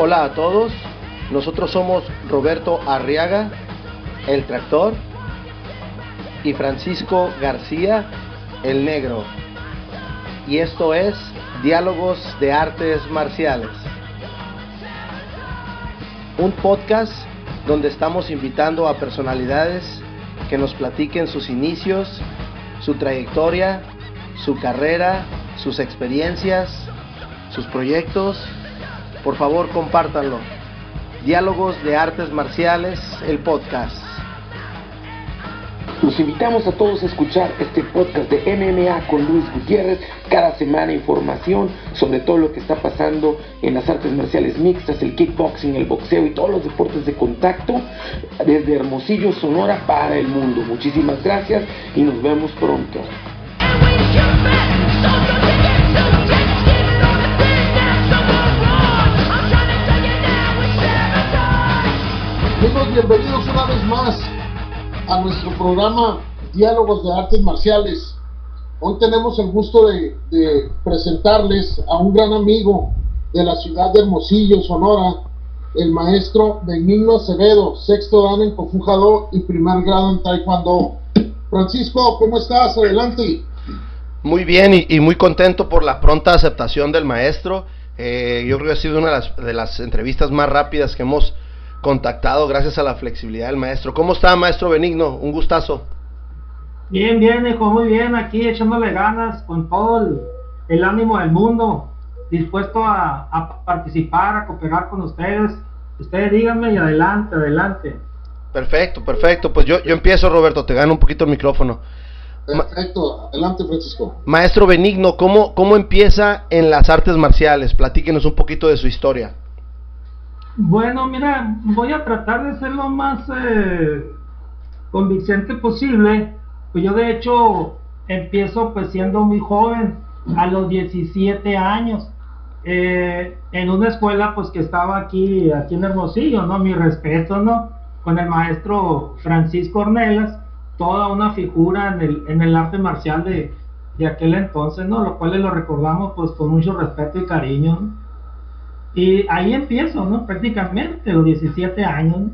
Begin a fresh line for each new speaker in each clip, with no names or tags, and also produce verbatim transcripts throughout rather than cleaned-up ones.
Hola a todos, nosotros somos Roberto Arriaga, el Tractor, y Francisco García, el Negro. Y esto es Diálogos de Artes Marciales, un podcast donde estamos invitando a personalidades que nos platiquen sus inicios, su trayectoria, su carrera, sus experiencias, sus proyectos. Por favor, compártanlo. Diálogos de Artes Marciales, el podcast.
Los invitamos a todos a escuchar este podcast de M M A con Luis Gutiérrez. Cada semana información sobre todo lo que está pasando en las artes marciales mixtas, el kickboxing, el boxeo y todos los deportes de contacto desde Hermosillo, Sonora para el mundo. Muchísimas gracias y nos vemos pronto.
Amigos, bienvenidos una vez más a nuestro programa Diálogos de Artes Marciales. Hoy tenemos el gusto de, de presentarles a un gran amigo de la ciudad de Hermosillo, Sonora, el maestro Benigno Acevedo, sexto dan en Kung Fu Jado y primer grado en Taekwondo. Francisco, ¿cómo estás? Adelante.
Muy bien y, y muy contento por la pronta aceptación del maestro. Eh, yo creo que ha sido una de las, de las entrevistas más rápidas que hemos contactado gracias a la flexibilidad del maestro. ¿Cómo está, maestro Benigno? Un gustazo.
Bien, bien, hijo, muy bien, aquí echándole ganas con todo el, el ánimo del mundo, dispuesto a, a participar, a cooperar con ustedes. Ustedes díganme y adelante, adelante.
Perfecto, perfecto, pues yo, yo empiezo, Roberto, te gano un poquito el micrófono.
Perfecto, adelante, Francisco.
Maestro Benigno, ¿cómo, cómo empieza en las artes marciales? Platíquenos un poquito de su historia.
Bueno, mira, voy a tratar de ser lo más eh, convincente posible. Pues yo de hecho empiezo pues siendo muy joven, a los diecisiete años, eh, en una escuela pues que estaba aquí, aquí en Hermosillo, ¿no? Mi respeto, ¿no? Con el maestro Francisco Ornelas, toda una figura en el, en el arte marcial de, de aquel entonces, ¿no? Lo cual lo recordamos pues con mucho respeto y cariño, ¿no? Y ahí empiezo, ¿no? Prácticamente, los diecisiete años, ¿no?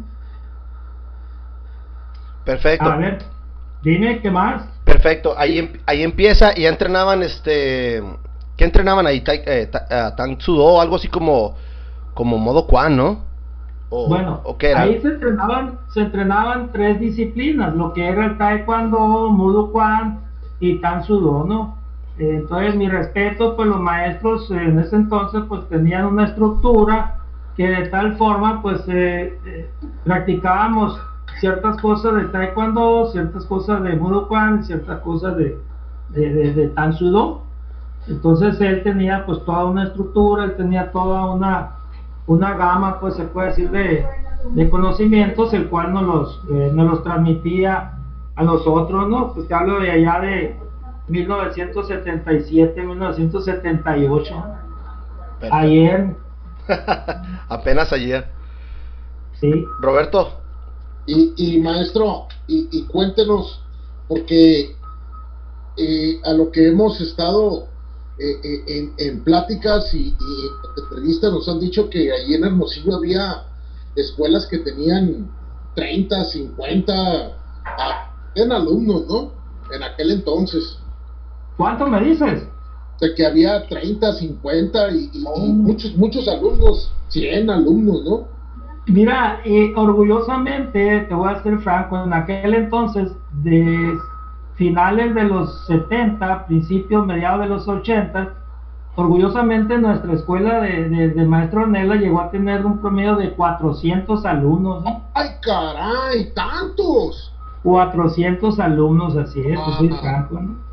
Perfecto.
A ver, dime, ¿qué más?
Perfecto, ahí, ahí empieza y ya entrenaban, este... ¿Qué entrenaban ahí? Tai, eh, ta, uh, Tang Soo Do, algo así como, como modo Kwan, ¿no? O,
bueno,
¿o qué era?
Ahí se entrenaban, se entrenaban tres disciplinas, lo que era el Taekwondo, Mudo Kwan y Tang Soo Do, ¿no? Entonces, mi respeto, pues los maestros en ese entonces pues tenían una estructura que de tal forma pues eh, eh, practicábamos ciertas cosas de Taekwondo, ciertas cosas de Mudo Kwan, ciertas cosas de, de, de, de Tang Soo Do. Entonces él tenía pues toda una estructura, él tenía toda una, una gama, pues se puede decir, de, de conocimientos, el cual nos los, eh, nos los transmitía a nosotros, ¿no? Pues te hablo de allá de mil novecientos setenta y siete, mil novecientos setenta y ocho. Perfecto. Ayer.
Apenas ayer.
Sí.
Roberto.
Y, y maestro, y, y cuéntenos, porque eh, a lo que hemos estado eh, eh, en, en pláticas y, y en entrevistas nos han dicho que ahí en Hermosillo había escuelas que tenían treinta, cincuenta en alumnos, ¿no? En aquel entonces.
¿Cuánto me dices?
De que había treinta, cincuenta y, y, oh. y muchos, muchos alumnos, cien alumnos, ¿no?
Mira, eh, orgullosamente, te voy a ser franco, en aquel entonces, de finales de los setenta, principios, mediados de los ochenta, orgullosamente nuestra escuela de, de, de maestro Ornelas llegó a tener un promedio de cuatrocientos alumnos, ¿no?
¡Ay, caray! ¡Tantos!
cuatrocientos alumnos, así es, ah, te soy franco, ¿no?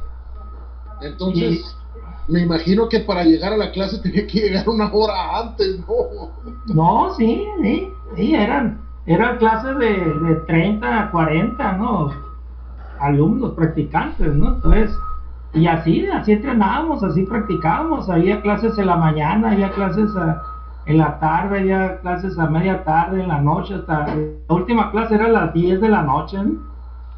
Entonces, y, me imagino que para llegar a la clase tenía que llegar una hora antes, ¿no?
No, sí, sí, sí, eran, eran clases de, de treinta a cuarenta, ¿no? Alumnos, practicantes, ¿no? Entonces, y así, así entrenábamos, así practicábamos, había clases en la mañana, había clases a, en la tarde, había clases a media tarde, en la noche, hasta la última clase era a las diez de la noche, ¿no?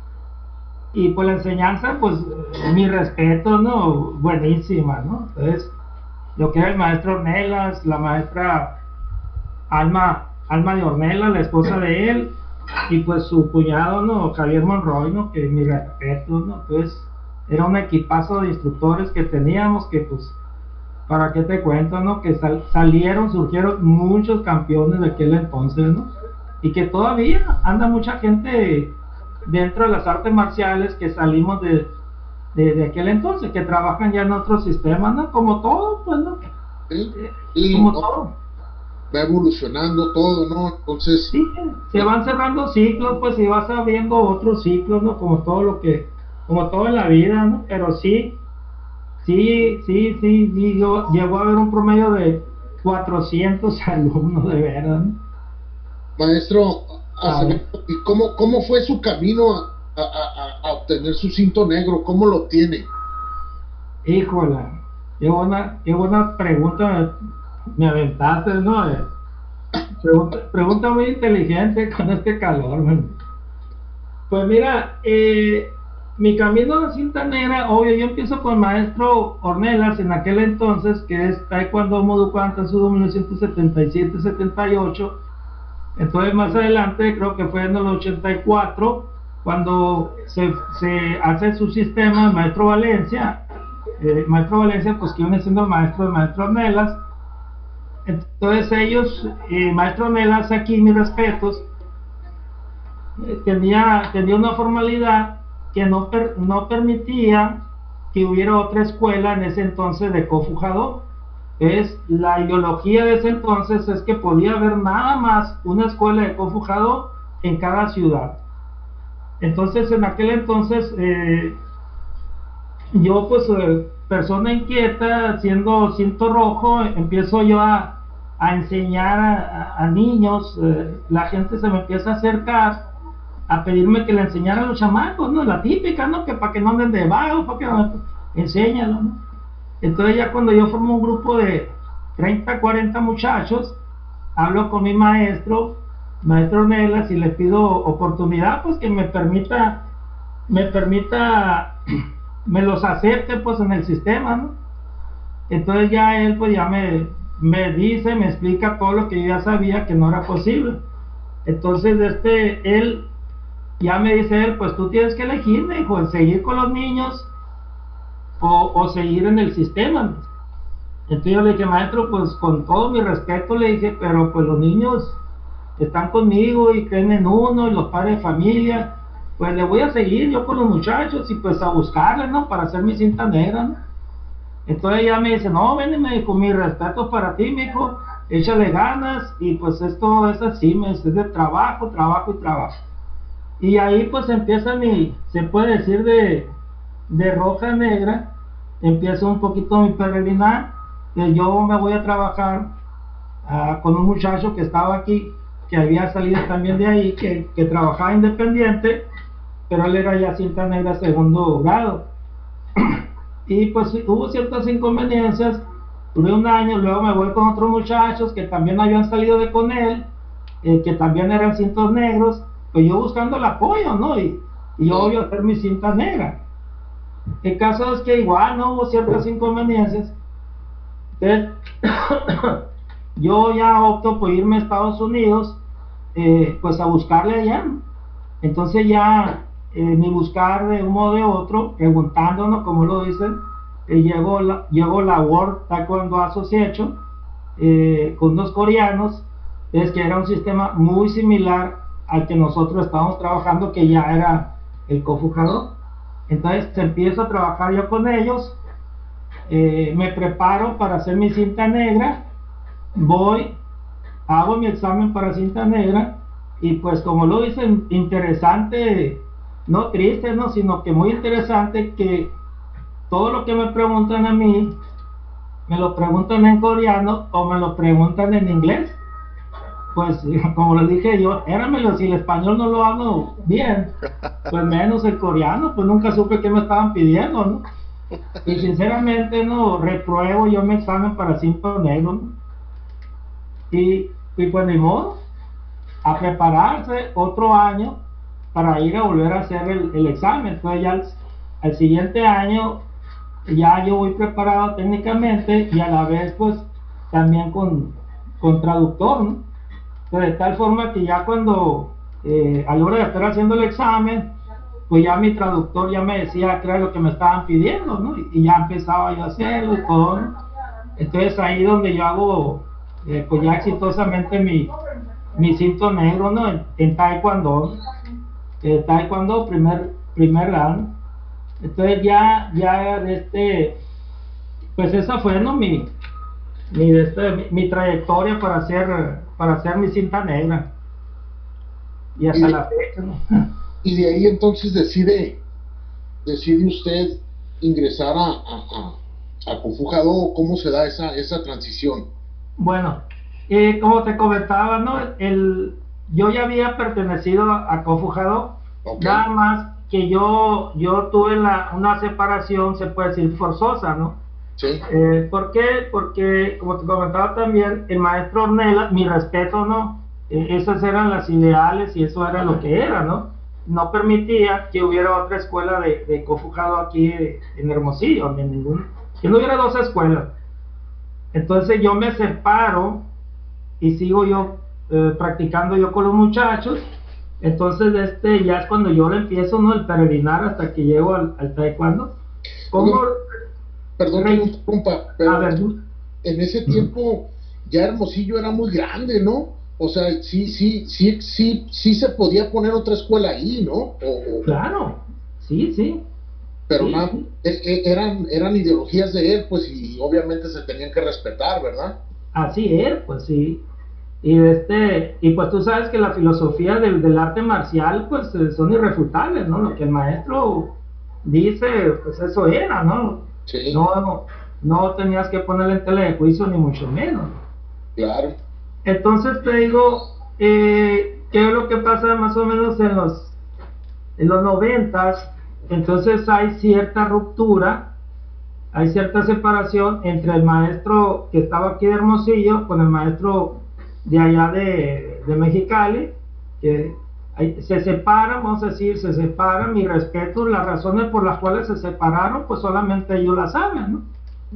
Y pues la enseñanza, pues, mi respeto, ¿no? Buenísima, ¿no? Entonces, lo que era el maestro Ornelas, la maestra Alma, Alma de Ornella, la esposa de él, y pues su cuñado, ¿no? Javier Monroy, ¿no? Que mi respeto, ¿no? Pues era un equipazo de instructores que teníamos que pues, ¿para qué te cuento, no? Que sal, salieron, surgieron muchos campeones de aquel entonces, ¿no? Y que todavía anda mucha gente dentro de las artes marciales que salimos de, de, de aquel entonces, que trabajan ya en otros sistemas, ¿no? Como todo, pues, ¿no?
¿Sí?
Eh,
Y
como
no,
todo.
va evolucionando todo, ¿no? Entonces,
Sí, se van cerrando ciclos, pues, y vas abriendo otros ciclos, ¿no? Como todo lo que, como todo en la vida, ¿no? Pero sí, sí, sí, sí, sí, yo, llegó a haber un promedio de cuatrocientos alumnos, de verdad, ¿no?
maestro,
A ver.
Acevedo, ¿y cómo, cómo fue su camino a, a, a, a obtener su cinto negro? ¿Cómo lo tiene?
Híjola, qué buena, qué buena pregunta me, me aventaste, ¿no? Eh, Pregunta, pregunta muy inteligente con este calor, man. Pues mira, eh, mi camino a la cinta negra, obvio, yo empiezo con el maestro Ornelas en aquel entonces, que es Taekwondo Muay Thai Tansudo mil novecientos setenta y siete setenta y ocho. Entonces más adelante, creo que fue en el ochenta y cuatro, cuando se, se hace su sistema, el maestro Valencia, eh, maestro Valencia, pues que viene siendo el maestro del maestro Ornelas. Entonces ellos, eh, maestro Ornelas, aquí mis respetos, eh, tenía, tenía una formalidad que no, per, no permitía que hubiera otra escuela en ese entonces de Kofujado. Es la ideología de ese entonces es que podía haber nada más una escuela de Kofujado en cada ciudad. Entonces en aquel entonces eh, yo pues eh, persona inquieta, siendo cinto rojo, empiezo yo a, a enseñar a, a, a niños, eh, la gente se me empieza a acercar a pedirme que le enseñara a los chamacos, ¿no? La típica, ¿no? Que para que no anden de vago, para que no, enséñalo, ¿no? Entonces ya cuando yo formo un grupo de treinta, cuarenta muchachos, hablo con mi maestro, maestro Ornelas, y le pido oportunidad, pues que me permita, me permita, me los acepte pues en el sistema, ¿no? Entonces ya él pues ya me, me dice, me explica todo lo que yo ya sabía que no era posible. Entonces este, él, ya me dice él, pues tú tienes que elegir, me dijo, seguir con los niños o, o seguir en el sistema. Entonces yo le dije, maestro, pues con todo mi respeto, le dije, pero pues los niños están conmigo y creen en uno, y los padres de familia, pues le voy a seguir yo con los muchachos y pues a buscarle, ¿no? Para hacer mi cinta negra, ¿no? Entonces ella me dice, no, ven, y me dijo, mi respeto para ti, me dijo, échale ganas, y pues esto es así, me dice, es de trabajo, trabajo y trabajo. Y ahí pues empieza mi, se puede decir de, de roja a negra, empieza un poquito mi peregrinar, que yo me voy a trabajar uh, con un muchacho que estaba aquí, que había salido también de ahí, que, que trabajaba independiente, pero él era ya cinta negra segundo grado. Y pues hubo ciertas inconveniencias, duré un año, luego me voy con otros muchachos que también habían salido de con él, eh, que también eran cintos negros, pues yo buscando el apoyo, ¿no? Y, y yo voy a hacer mi cinta negra. El caso es que igual no hubo ciertas inconveniencias. Entonces, yo ya opto por irme a Estados Unidos, eh, pues a buscarle allá. Entonces ya, eh, ni buscar de un modo o de otro, preguntándonos, como lo dicen, eh, llegó, la, llegó la World Taekwondo Association, eh, con unos coreanos, es que era un sistema muy similar al que nosotros estábamos trabajando, que ya era el Kofujado. Entonces empiezo a trabajar yo con ellos, eh, me preparo para hacer mi cinta negra, voy, hago mi examen para cinta negra, y pues como lo dicen, interesante, no triste, no, sino que muy interesante, que todo lo que me preguntan a mí, me lo preguntan en coreano o me lo preguntan en inglés. Pues como les dije yo, éramelo, si el español no lo hablo bien, pues menos el coreano, pues nunca supe qué me estaban pidiendo, ¿no? Y sinceramente, no, repruebo yo mi examen para cinto negro, ¿no? Y, y pues ni modo, a prepararse otro año para ir a volver a hacer el, el examen. Entonces ya al, al siguiente año ya yo voy preparado técnicamente y a la vez pues también con, con traductor, ¿no? Pero de tal forma que ya cuando, eh, a la hora de estar haciendo el examen, pues ya mi traductor ya me decía qué era lo que me estaban pidiendo, ¿no? Y, y ya empezaba yo a hacerlo y todo, ¿no? Entonces ahí donde yo hago, eh, pues ya exitosamente mi, mi cinto negro, ¿no? En, en taekwondo, eh, taekwondo primer, primer round. Entonces ya, ya de este, pues esa fue, ¿no? Mi, mi, de este, mi, mi trayectoria para hacer, para hacer mi cinta negra. Y hasta
Y-
la fecha, ¿no?
Y de ahí entonces decide, decide usted ingresar a, a, a, a Kung Fu Hado. ¿Cómo se da esa, esa transición?
Bueno, eh, como te comentaba, ¿no? El, yo ya había pertenecido a, a Kung Fu Hado,
Ok.
nada más que yo, yo tuve la, una separación, se puede decir, forzosa, ¿no?
Sí.
Eh, ¿Por qué? Porque, como te comentaba también, el maestro Ornella, mi respeto, ¿no? Eh, esas eran las ideales y eso era lo que era, ¿no? No permitía que hubiera otra escuela de, de Kung Fu Hado aquí eh, en Hermosillo, ni en ningún, que no hubiera dos escuelas. Entonces yo me separo y sigo yo eh, practicando yo con los muchachos. Entonces este ya es cuando yo le empiezo, ¿no? El peregrinar hasta que llego al, al taekwondo. ¿Cómo?
Oye, Perdón que
Rey-
me interrumpa, pero
A ver,
en ese tiempo ya Hermosillo era muy grande, ¿no? O sea, sí, sí, sí, sí, sí se podía poner otra escuela ahí, ¿no? O, o-
claro, sí, sí,
pero
sí,
nada,
sí.
e- e- eran, eran ideologías de él, pues, y obviamente se tenían que respetar, ¿verdad?
Así es, pues sí. Y este, y pues tú sabes que la filosofía del, del arte marcial, pues eh, son irrefutables, ¿no? Lo que el maestro dice, pues eso era, ¿no?
Sí,
No, no tenías que ponerle en tela de juicio ni mucho menos.
claro.
Entonces te digo, eh, ¿qué es lo que pasa más o menos en los, en los noventas? Entonces hay cierta ruptura, hay cierta separación entre el maestro que estaba aquí de Hermosillo con el maestro de allá de, de Mexicali, que hay- se separan, vamos a decir, se separan, mi respeto, las razones por las cuales se separaron, pues solamente ellos las saben, ¿no?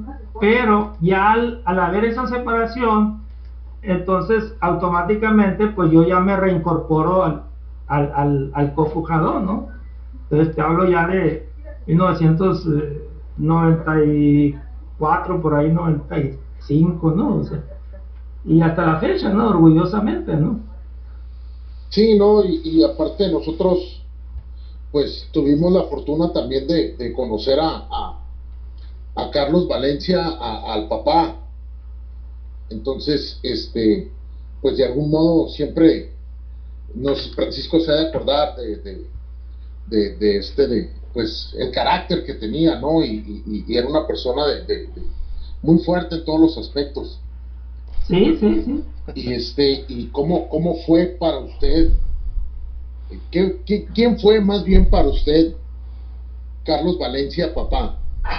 Pero ya al, al haber esa separación, entonces automáticamente pues yo ya me reincorporo al, al, al, al cofujador, ¿no? Entonces te hablo ya de mil novecientos noventa y cuatro, por ahí noventa y cinco, ¿no? O sea, y hasta la fecha, ¿no? Orgullosamente, ¿no?
Sí, ¿no? Y, y aparte nosotros, pues, tuvimos la fortuna también de, de conocer a, a, a Carlos Valencia, a- al papá. Entonces, este, pues de algún modo siempre nos, Francisco se ha de acordar de, de, de, de este, de, pues, el carácter que tenía, ¿no? Y, y, y era una persona de, de- de muy fuerte en todos los aspectos.
Sí, sí, sí.
Y este, y cómo, cómo fue para usted, ¿Qué, qué, quién fue más bien para usted, Carlos Valencia, papá?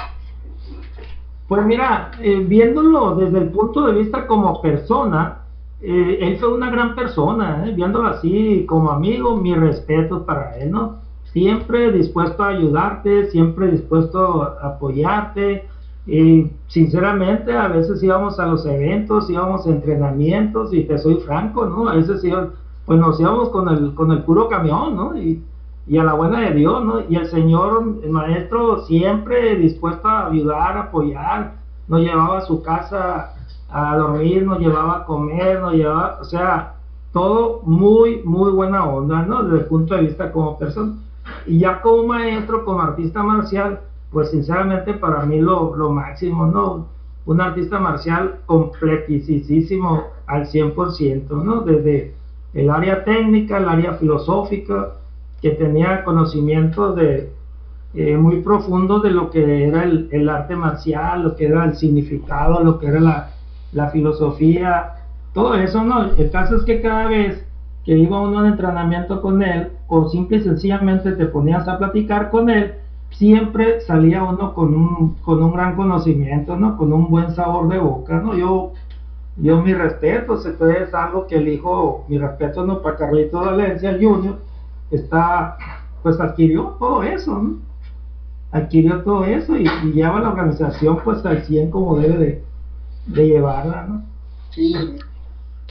Pues mira, eh, viéndolo desde el punto de vista como persona, eh, él fue una gran persona, ¿eh? Viéndolo así como amigo, mi respeto para él, ¿no? Siempre dispuesto a ayudarte, siempre dispuesto a apoyarte, y sinceramente a veces íbamos a los eventos, íbamos a entrenamientos, y te soy franco, ¿no? A veces íbamos, pues nos íbamos con el, con el puro camión, ¿no? Y, y a la buena de Dios, ¿no? Y el Señor, el maestro, siempre dispuesto a ayudar, a apoyar, nos llevaba a su casa a dormir, nos llevaba a comer, nos llevaba, o sea, todo muy, muy buena onda, ¿no? Desde el punto de vista como persona. Y ya como maestro, como artista marcial, pues sinceramente para mí lo, lo máximo, ¿no? Un artista marcial completísimo al cien por ciento, ¿no? Desde el área técnica, el área filosófica, que tenía conocimientos de, eh, muy profundos de lo que era el, el arte marcial, lo que era el significado, lo que era la, la filosofía, todo eso, ¿no? El caso es que cada vez que iba uno a un entrenamiento con él, o simple y sencillamente te ponías a platicar con él, siempre salía uno con un, con un gran conocimiento, ¿no? Con un buen sabor de boca, ¿no? Yo, yo mi respeto, esto es algo que el hijo, mi respeto, ¿no? Para Carlito Valencia, el Junior, está, pues adquirió todo eso, ¿no? Adquirió todo eso y, y lleva la organización pues al cien como debe de, de llevarla, ¿no?
Sí,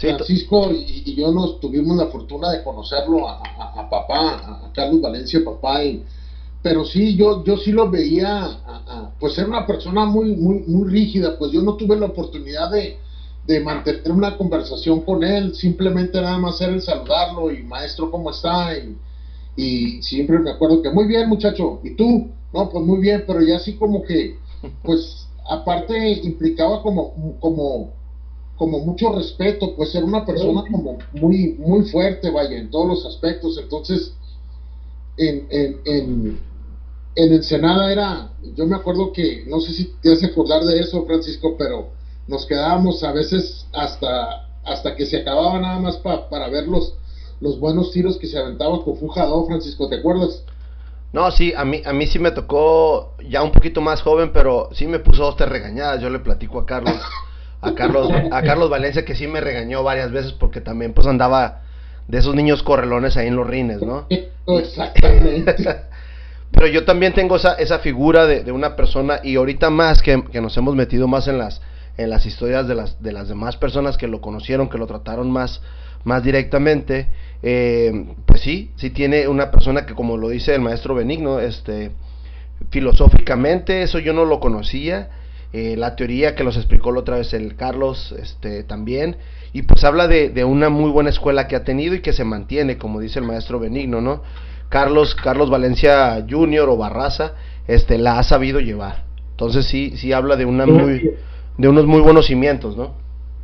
Sí,
Francisco y, y yo nos tuvimos la fortuna de conocerlo a, a, a papá, a, a Carlos Valencia, papá, y, pero sí, yo, yo sí lo veía, a, a, pues era una persona muy, muy, muy rígida, pues yo no tuve la oportunidad de, de mantener una conversación con él, simplemente nada más era el saludarlo y maestro, ¿cómo está? Y, y siempre me acuerdo que muy bien muchacho, ¿y tú? No, pues muy bien, pero ya así como que, pues aparte implicaba como, como como mucho respeto, pues era una persona como muy muy fuerte, vaya, en todos los aspectos. Entonces en, en, en, en Ensenada era, yo me acuerdo que, no sé si te hace acordar de eso, Francisco, pero nos quedábamos a veces hasta hasta que se acababa nada más pa, para ver los, los buenos tiros que se aventaba con Fujado, Francisco, ¿te acuerdas?
No, sí, a mí, a mí sí me tocó ya un poquito más joven, pero sí me puso dos, tres regañadas. Yo le platico a Carlos, a Carlos, a Carlos Valencia, que sí me regañó varias veces porque también pues andaba de esos niños correlones ahí en los rines, ¿no?
Exactamente.
Pero yo también tengo esa, esa figura de, de una persona, y ahorita más que, que nos hemos metido más en las, en las historias de las, de las demás personas que lo conocieron, que lo trataron más, más directamente, eh, pues sí, sí tiene una persona que, como lo dice el maestro Benigno, este, filosóficamente eso yo no lo conocía, eh, la teoría que los explicó la otra vez el Carlos, este, también, y pues habla de, de una muy buena escuela que ha tenido y que se mantiene, como dice el maestro Benigno, ¿no? Carlos, Carlos Valencia junior o Barraza, este, la ha sabido llevar. Entonces sí, sí habla de una muy, de unos muy buenos cimientos, ¿no?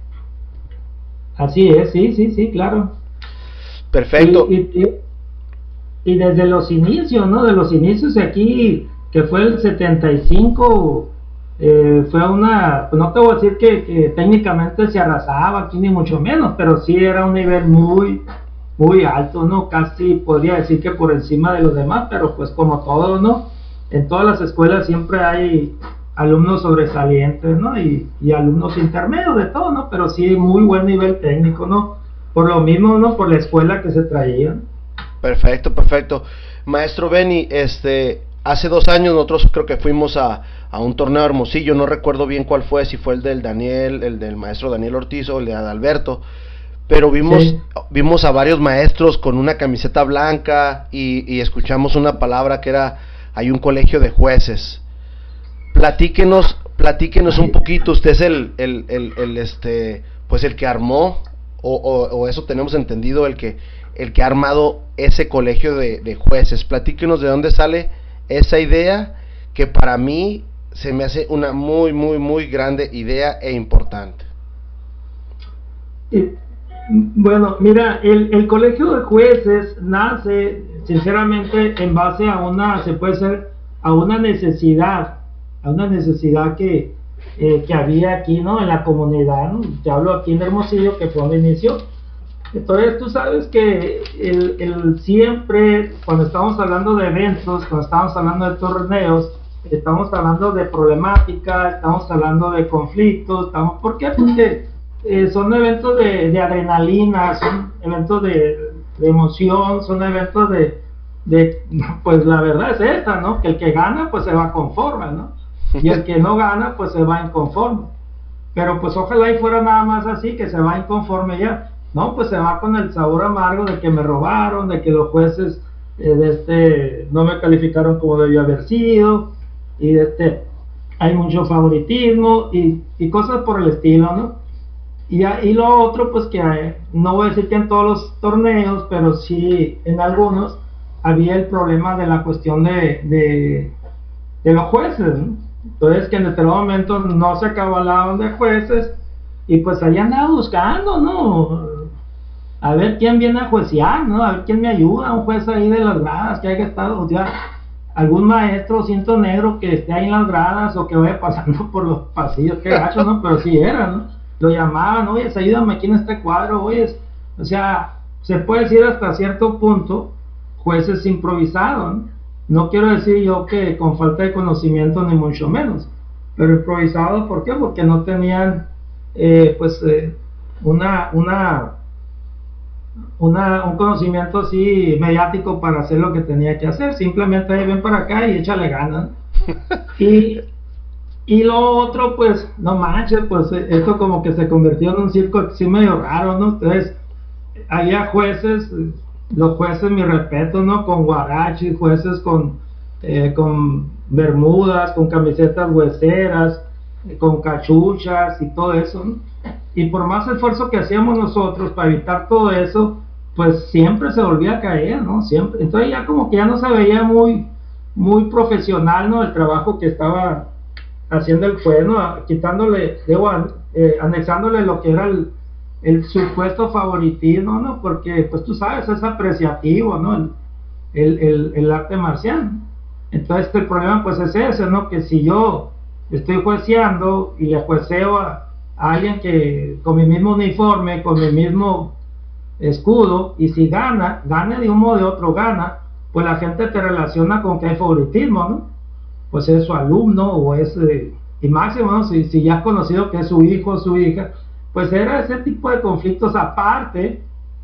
Así es, sí, sí, sí, claro.
Perfecto.
Y, y, y, y desde los inicios, ¿no? De los inicios de aquí, que fue el setenta y cinco, eh, fue una, no te voy a decir que, que técnicamente se arrasaba aquí ni mucho menos, pero sí era un nivel muy, muy alto, ¿no? Casi podría decir que por encima de los demás, pero pues como todo, ¿no? En todas las escuelas siempre hay alumnos sobresalientes, ¿no? Y, y alumnos intermedios de todo, ¿no? Pero sí muy buen nivel técnico, ¿no? Por lo mismo, ¿no? Por la escuela que se traía.
Perfecto, perfecto. Maestro Beni, este, hace dos años nosotros creo que fuimos a, a un torneo de Hermosillo, no recuerdo bien cuál fue, si fue el del Daniel, el del maestro Daniel Ortiz o el de Adalberto, pero vimos, sí. vimos a varios maestros con una camiseta blanca y, y escuchamos una palabra que era, hay un colegio de jueces. Platíquenos, platíquenos un poquito, usted es el, el, el, el este, pues el que armó, o, o, o eso tenemos entendido, el que, el que ha armado ese colegio de, de jueces. Platíquenos de dónde sale esa idea, que para mí se me hace una muy, muy, muy grande idea e importante.
Y, bueno, mira, el, el colegio de jueces nace, sinceramente, en base a una, se puede ser, a una necesidad, a una necesidad que, eh, que había aquí, ¿no? En la comunidad, ¿no? Te hablo aquí en Hermosillo, que fue donde inició. Entonces tú sabes que el, el siempre, cuando estamos hablando de eventos, cuando estamos hablando de torneos, estamos hablando de problemática, estamos hablando de conflictos, estamos, ¿por qué? Porque eh, son eventos de, de adrenalina, son eventos de, de emoción, son eventos de, de, pues la verdad es esta, ¿no? Que el que gana, pues se va conforme, ¿no? Y el que no gana, pues se va inconforme. Pero pues ojalá y fuera nada más así, que se va inconforme ya. No, pues se va con el sabor amargo de que me robaron, de que los jueces eh, de este no me calificaron como debía haber sido, y de este hay mucho favoritismo y, y cosas por el estilo, ¿no? Y, y lo otro, pues que eh, no voy a decir que en todos los torneos, pero sí en algunos había el problema de la cuestión de, de, de los jueces, ¿no? Entonces que en determinado momento no se acabalaban de jueces y pues ahí andaba buscando, ¿no? A ver quién viene a juecear, ¿no? A ver quién me ayuda, un juez ahí de las gradas que haya estado, o sea, algún maestro cinto negro que esté ahí en las gradas o que vaya pasando por los pasillos, qué gacho, ¿no? Pero sí era, ¿no? Lo llamaban, oye, ayúdame aquí en este cuadro, oye, o sea, se puede decir hasta cierto punto jueces improvisados, ¿no? No quiero decir yo que con falta de conocimiento ni mucho menos, pero improvisados, ¿por qué? Porque no tenían, eh, pues, eh, una, una, una, un conocimiento así mediático para hacer lo que tenía que hacer. Simplemente ven para acá y échale ganas. Y, Y lo otro, pues, no manches, pues esto como que se convirtió en un circo así medio raro, ¿no? Entonces, había jueces, los jueces, mi respeto, ¿no? Con guarachi, jueces con, eh, con bermudas, con camisetas hueseras, eh, con cachuchas y todo eso, ¿no? Y por más esfuerzo que hacíamos nosotros para evitar todo eso, pues siempre se volvía a caer, ¿no? Siempre. Entonces ya como que ya no se veía muy, muy profesional, ¿no? El trabajo que estaba haciendo el juez, ¿no? Quitándole, digo, eh, anexándole lo que era el, el supuesto favoritismo, ¿no? Porque, pues tú sabes, es apreciativo, ¿no? El, el, el, el arte marcial. Entonces el problema pues es ese, ¿no? Que si yo estoy jueceando y le jueceo a, a alguien que con mi mismo uniforme, con mi mismo escudo, y si gana, gane de un modo o de otro gana, pues la gente te relaciona con que hay favoritismo, ¿no? Pues es su alumno o es, eh, y máximo, ¿no? Si, si ya has conocido que es su hijo o su hija, pues era ese tipo de conflictos aparte.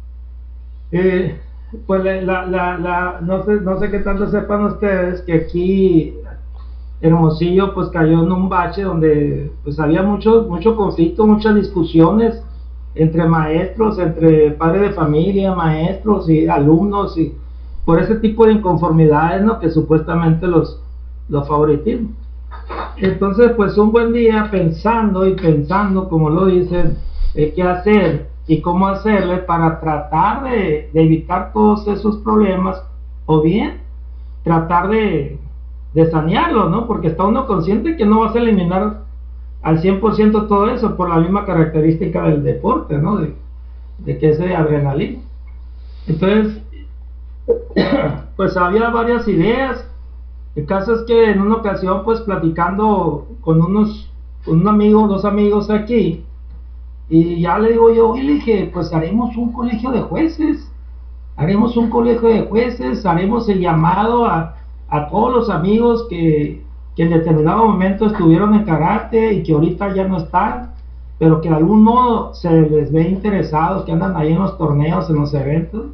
Eh, pues la, la, la, la, no sé, no sé qué tanto sepan ustedes que aquí Hermosillo pues cayó en un bache donde pues había mucho, mucho conflicto, muchas discusiones entre maestros, entre padres de familia, maestros y alumnos, y por ese tipo de inconformidades, ¿no? Que supuestamente los los favoritismos. Entonces pues un buen día pensando y pensando, como lo dicen, eh, qué hacer y cómo hacerle para tratar de, de evitar todos esos problemas, o bien tratar de, de sanearlo, ¿no? Porque está uno consciente que no vas a eliminar al cien por ciento todo eso por la misma característica del deporte, ¿no? De, de que es de adrenalina. Entonces pues había varias ideas. El caso es que en una ocasión, pues platicando con unos, con un amigo, dos amigos aquí, y ya le digo yo, y le dije, pues haremos un colegio de jueces, haremos un colegio de jueces, haremos el llamado a, a todos los amigos que, que en determinado momento estuvieron en karate y que ahorita ya no están, pero que de algún modo se les ve interesados, que andan ahí en los torneos, en los eventos,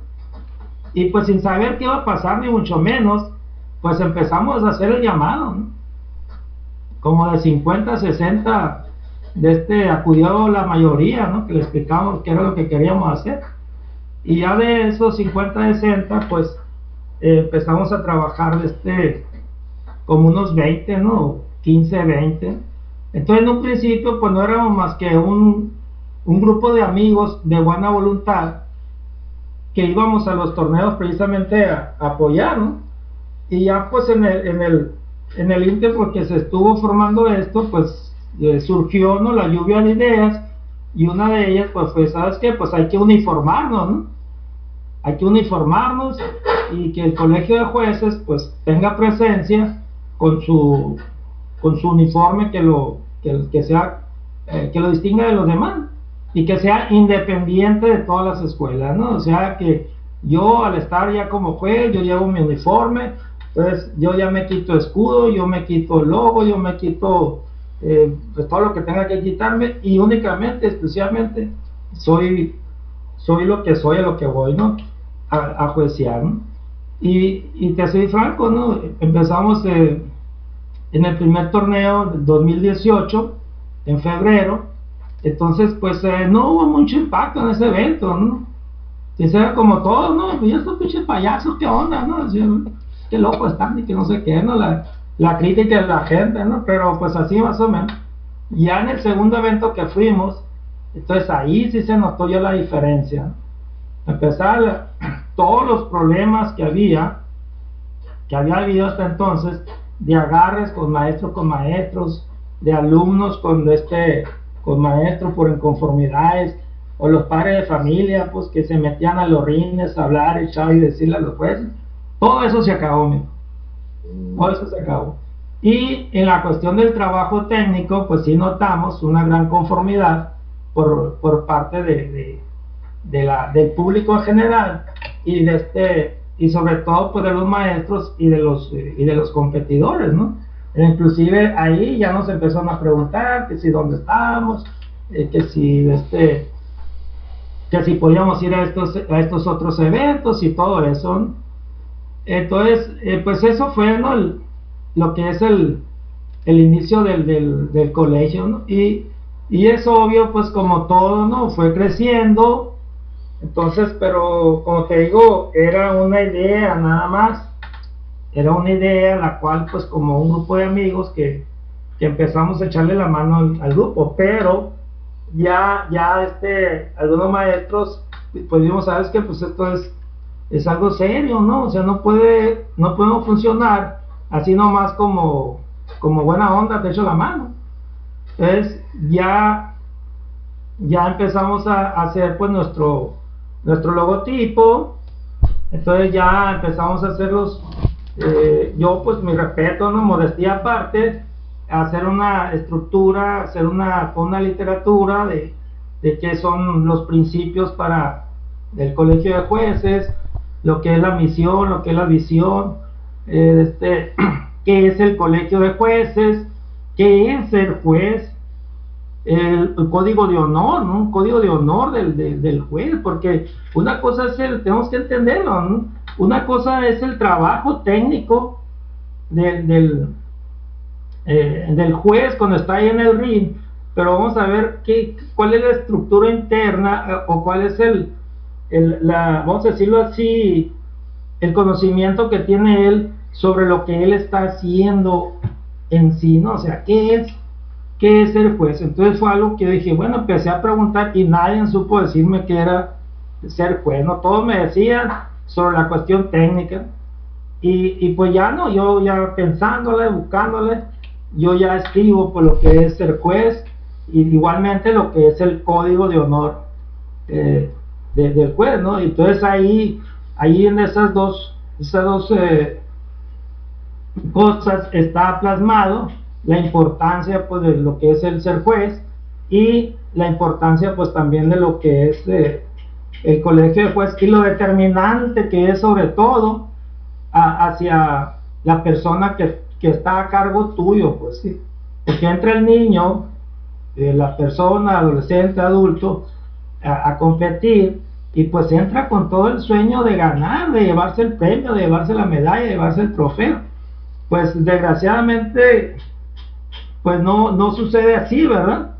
y pues sin saber qué iba a pasar, ni mucho menos, pues empezamos a hacer el llamado, ¿no? Como de cincuenta, sesenta, de este acudió la mayoría, ¿no? Que le explicamos qué era lo que queríamos hacer. Y ya de esos cincuenta, sesenta, pues eh, empezamos a trabajar de este, como unos veinte, ¿no? quince, veinte. Entonces en un principio pues no éramos más que un, un grupo de amigos de buena voluntad que íbamos a los torneos precisamente a, a apoyar, ¿no? Y ya pues en el, en el, en el inter, porque se estuvo formando esto, pues eh, surgió, ¿no? La lluvia de ideas, y una de ellas pues fue, ¿sabes qué? Pues hay que uniformarnos, ¿no? Hay que uniformarnos y que el colegio de jueces pues tenga presencia con su, con su uniforme que lo, que, que sea, eh, que lo distinga de los demás, y que sea independiente de todas las escuelas, ¿no? O sea que yo al estar ya como juez, yo llevo mi uniforme. Entonces yo ya me quito escudo, yo me quito el logo, yo me quito eh, pues todo lo que tenga que quitarme, y únicamente, exclusivamente soy, soy lo que soy, a lo que voy, ¿no? A, a juecear, ¿no? Y, y te soy franco, ¿no? Empezamos eh, en el primer torneo del dos mil dieciocho, en febrero. Entonces pues eh, no hubo mucho impacto en ese evento, ¿no? Y era como todo, ¿no? Pues ya estos pinches payasos, ¿qué onda, no? Así, qué loco están y que no sé qué, ¿no? La, la crítica de la gente, ¿no? Pero pues así más o menos. Ya en el segundo evento que fuimos, entonces ahí sí se notó ya la diferencia. Empezar todos los problemas que había, que había habido hasta entonces, de agarres con maestros con maestros, de alumnos con este, con maestros por inconformidades, o los padres de familia, pues que se metían a los rines a hablar, echar y decirle a los jueces. Todo eso se acabó, amigo. Todo eso se acabó. Y en la cuestión del trabajo técnico, pues sí notamos una gran conformidad por, por parte de, de, de la, del público en general, y de este, y sobre todo pues de los maestros y de los, y de los competidores, ¿no? E inclusive ahí ya nos empezaron a preguntar que si dónde estábamos, eh, que si este que si podíamos ir a estos, a estos otros eventos y todo eso. Entonces, eh, pues eso fue, ¿no? El, lo que es el, el inicio del, del, del colegio, ¿no? Y, y es obvio, pues como todo, ¿no? Fue creciendo, entonces, pero como te digo, era una idea nada más, era una idea la cual, pues como un grupo de amigos que, que empezamos a echarle la mano al, al grupo, pero ya, ya este, algunos maestros, pues vimos, sabes que pues esto es, es algo serio, ¿no? O sea, no puede, no podemos funcionar así nomás como, como buena onda, te echo la mano. Entonces, ya, ya empezamos a, a hacer pues nuestro, nuestro logotipo, entonces ya empezamos a hacerlos, eh, yo pues mi respeto, ¿no? Modestia aparte, hacer una estructura, hacer una, una literatura de, de qué son los principios para el colegio de jueces, lo que es la misión, lo que es la visión, eh, este, qué es el colegio de jueces, qué es ser juez, el, el código de honor, ¿no? Un código de honor del, del, del juez, porque una cosa es el, tenemos que entenderlo, ¿no? Una cosa es el trabajo técnico del, del Eh, del juez cuando está ahí en el ring, pero vamos a ver qué, cuál es la estructura interna eh, o cuál es el, el la, vamos a decirlo así, el conocimiento que tiene él sobre lo que él está haciendo en sí, ¿no? O sea, ¿qué es, qué es el juez? Entonces fue algo que yo dije, bueno, empecé a preguntar y nadie supo decirme qué era ser juez, ¿no? Todos me decían sobre la cuestión técnica y, y pues ya no, yo ya pensándole, buscándole, yo ya escribo por lo que es ser juez y igualmente lo que es el código de honor eh, de, del juez, ¿no? Entonces ahí, ahí en esas dos, esas dos eh, cosas está plasmado la importancia pues de lo que es el ser juez y la importancia pues también de lo que es eh, el colegio de juez y lo determinante que es sobre todo a, hacia la persona que que está a cargo tuyo, pues sí, porque entra el niño, eh, la persona, adolescente, adulto, a, a competir, y pues entra con todo el sueño de ganar, de llevarse el premio, de llevarse la medalla, de llevarse el trofeo. Pues desgraciadamente, pues no, no sucede así, ¿verdad?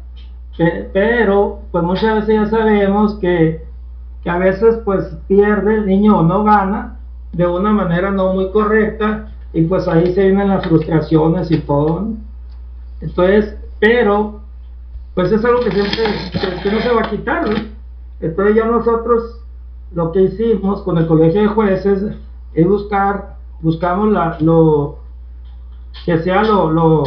Pero, pues muchas veces ya sabemos que, que a veces pues pierde el niño o no gana de una manera no muy correcta, y pues ahí se vienen las frustraciones y todo, ¿no? Entonces, pero pues es algo que siempre que, que no se va a quitar, ¿no? Entonces ya nosotros lo que hicimos con el colegio de jueces es buscar, buscamos la, lo que sea lo, lo,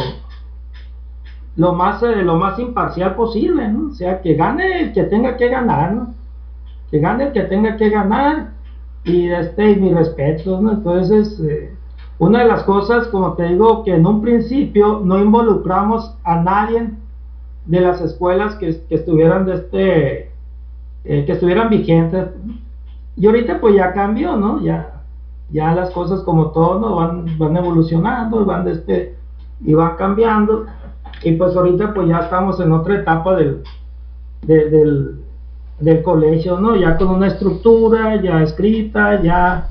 lo más eh, lo más imparcial posible, ¿no? O sea, que gane el que tenga que ganar, ¿no? Que gane el que tenga que ganar, y este, y mi respeto, ¿no? Entonces eh, una de las cosas, como te digo, que en un principio no involucramos a nadie de las escuelas que, que estuvieran de este eh, que estuvieran vigentes, y ahorita pues ya cambió, ¿no? Ya, ya las cosas como todo, ¿no? Van, van evolucionando, van de este, y van cambiando, y pues ahorita pues ya estamos en otra etapa del, de, del, del colegio, ¿no? Ya con una estructura ya escrita, ya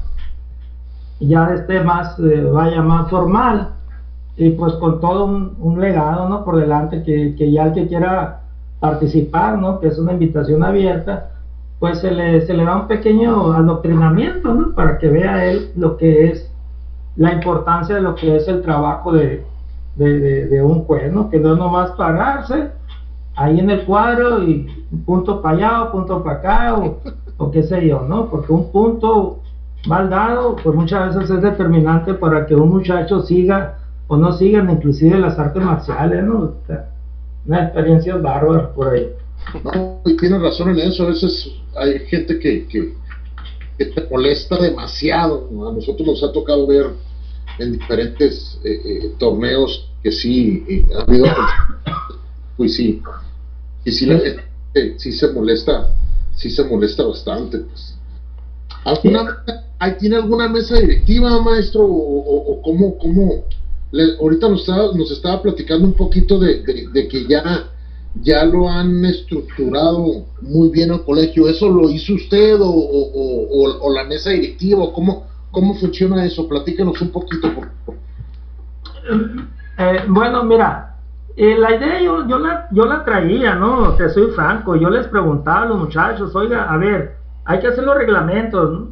ya esté más, eh, vaya más formal, y pues con todo un, un legado, ¿no? Por delante, que, que ya el que quiera participar, ¿no? Que es una invitación abierta, pues se le, se le da un pequeño adoctrinamiento, ¿no? Para que vea él lo que es la importancia de lo que es el trabajo de, de, de, de un juez, ¿no? Que no es nomás pararse ahí en el cuadro y punto para allá o punto para acá o, o qué sé yo, ¿no? Porque un punto mal dado, pues muchas veces es determinante para que un muchacho siga o no siga, inclusive las artes marciales, ¿no? O sea, una experiencia bárbara por ahí.
No, y tienes razón en eso. A veces hay gente que, que, que te molesta demasiado, ¿no? A nosotros nos ha tocado ver en diferentes eh, eh, torneos que sí eh, ha habido, pues sí, y sí, la gente eh, sí se molesta, sí se molesta bastante, pues. ¿Alguna, ¿hay, ¿Tiene alguna mesa directiva, maestro? ¿O, o, o cómo, cómo? Le, ahorita nos estaba, nos estaba platicando un poquito de, de, de que ya, ya lo han estructurado muy bien el colegio. ¿Eso lo hizo usted o, o, o, o la mesa directiva? ¿Cómo, ¿Cómo funciona eso? Platícanos un poquito, por favor.
Eh, bueno, mira, eh, la idea yo, yo, la, yo la traía, ¿no? Te soy franco, yo les preguntaba a los muchachos, oiga, a ver, hay que hacer los reglamentos, ¿no?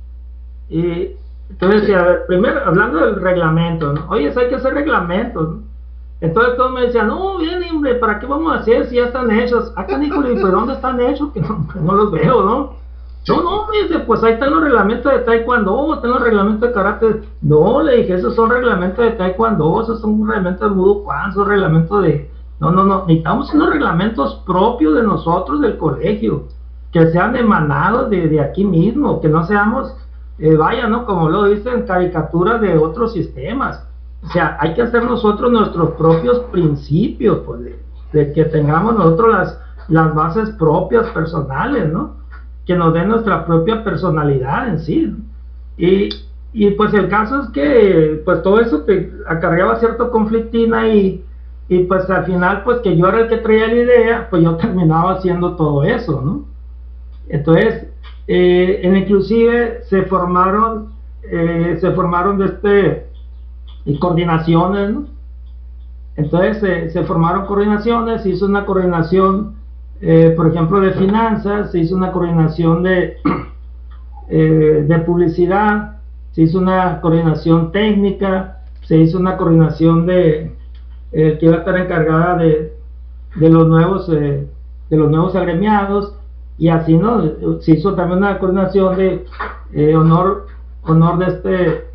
Y entonces decía, a ver, primero hablando del reglamento, ¿no? Oye, hay que hacer reglamentos, ¿no? Entonces todos me decían, no, bien, hombre, ¿para qué vamos a hacer si ya están hechos? Acá, Nicolás, ¿pero dónde están hechos? Que no, que no los veo, ¿no? No, no, me dice, pues ahí están los reglamentos de taekwondo, están los reglamentos de karate. No, le dije, esos son reglamentos de taekwondo, esos son reglamentos de Mudo Kwan, son reglamentos de... No, no, no, necesitamos unos reglamentos propios de nosotros, del colegio, que sean emanados de, de aquí mismo, que no seamos, eh, vaya, ¿no? Como lo dicen, caricaturas de otros sistemas. O sea, hay que hacer nosotros nuestros propios principios, pues, de, de que tengamos nosotros las, las bases propias, personales, ¿no? Que nos den nuestra propia personalidad en sí, ¿no? y, y pues el caso es que pues todo eso te acarreaba cierto conflictina y, y pues al final pues que yo era el que traía la idea, pues yo terminaba haciendo todo eso, ¿no? Entonces eh, en inclusive se formaron eh, se formaron de este y coordinaciones, ¿no? Entonces eh, se formaron coordinaciones, se hizo una coordinación Eh, por ejemplo de finanzas, se hizo una coordinación de eh, de publicidad, se hizo una coordinación técnica, se hizo una coordinación de eh, que iba a estar encargada de, de los nuevos eh, de los nuevos agremiados, y así, ¿no? Se hizo también una coordinación de eh, honor honor de este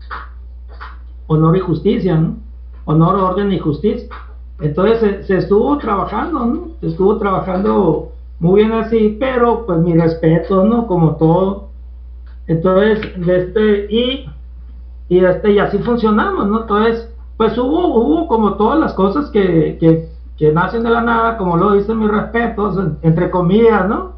honor y justicia, ¿no? Honor, orden y justicia. Entonces se, se estuvo trabajando, ¿no? Se estuvo trabajando muy bien así, pero pues mi respeto, ¿no? Como todo. Entonces, de este, y, y este, y así funcionamos, ¿no? Entonces, pues hubo, hubo como todas las cosas que, que, que nacen de la nada, como lo dicen mis respetos, entre comillas, ¿no?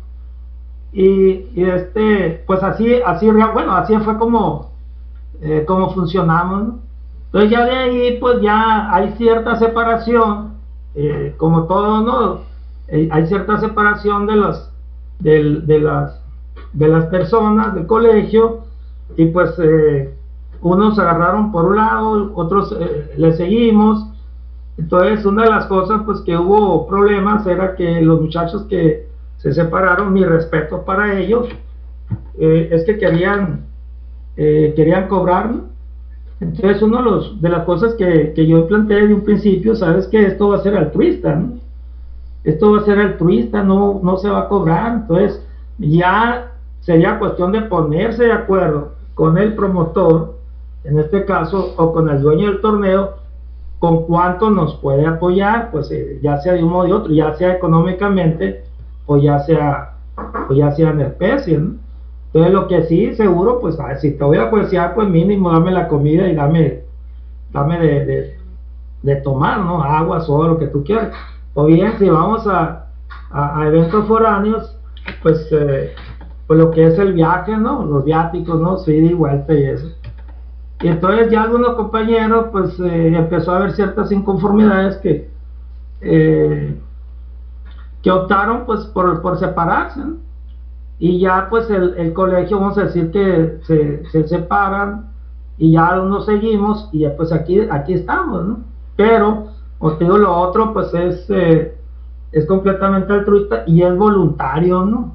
Y, y este, pues así, así, bueno, así fue como, eh, como funcionamos, ¿no? Entonces ya de ahí pues ya hay cierta separación, eh, como todo, ¿no? Eh, hay cierta separación de las, de, de las, de las personas del colegio, y pues eh, unos se agarraron por un lado, otros eh, le seguimos. Entonces una de las cosas pues que hubo problemas era que los muchachos que se separaron, mi respeto para ellos, eh, es que querían, eh, querían cobrar, ¿no? Entonces, una de, los, de las cosas que, que yo planteé de un principio, sabes que esto va a ser altruista, ¿no? Esto va a ser altruista, no, no se va a cobrar. Entonces, ya sería cuestión de ponerse de acuerdo con el promotor, en este caso, o con el dueño del torneo, con cuánto nos puede apoyar, pues eh, ya sea de un modo o de otro, ya sea económicamente, o ya sea, o ya sea en especie, ¿no? Entonces lo que sí, seguro, pues a ver, si te voy a apreciar, pues mínimo dame la comida y dame, dame de, de, de tomar, ¿no? Agua, soda, lo que tú quieras. O bien, si vamos a, a, a eventos foráneos, pues, eh, pues lo que es el viaje, ¿no? Los viáticos, ¿no? Sí, de vuelta y eso. Y entonces ya algunos compañeros, pues eh, empezó a haber ciertas inconformidades que, eh, que optaron, pues, por, por separarse, ¿no? Y ya pues el, el colegio, vamos a decir que se, se separan y ya nos seguimos, y ya pues aquí, aquí estamos, ¿no? Pero, os digo, lo otro pues es, eh, es completamente altruista y es voluntario, ¿no?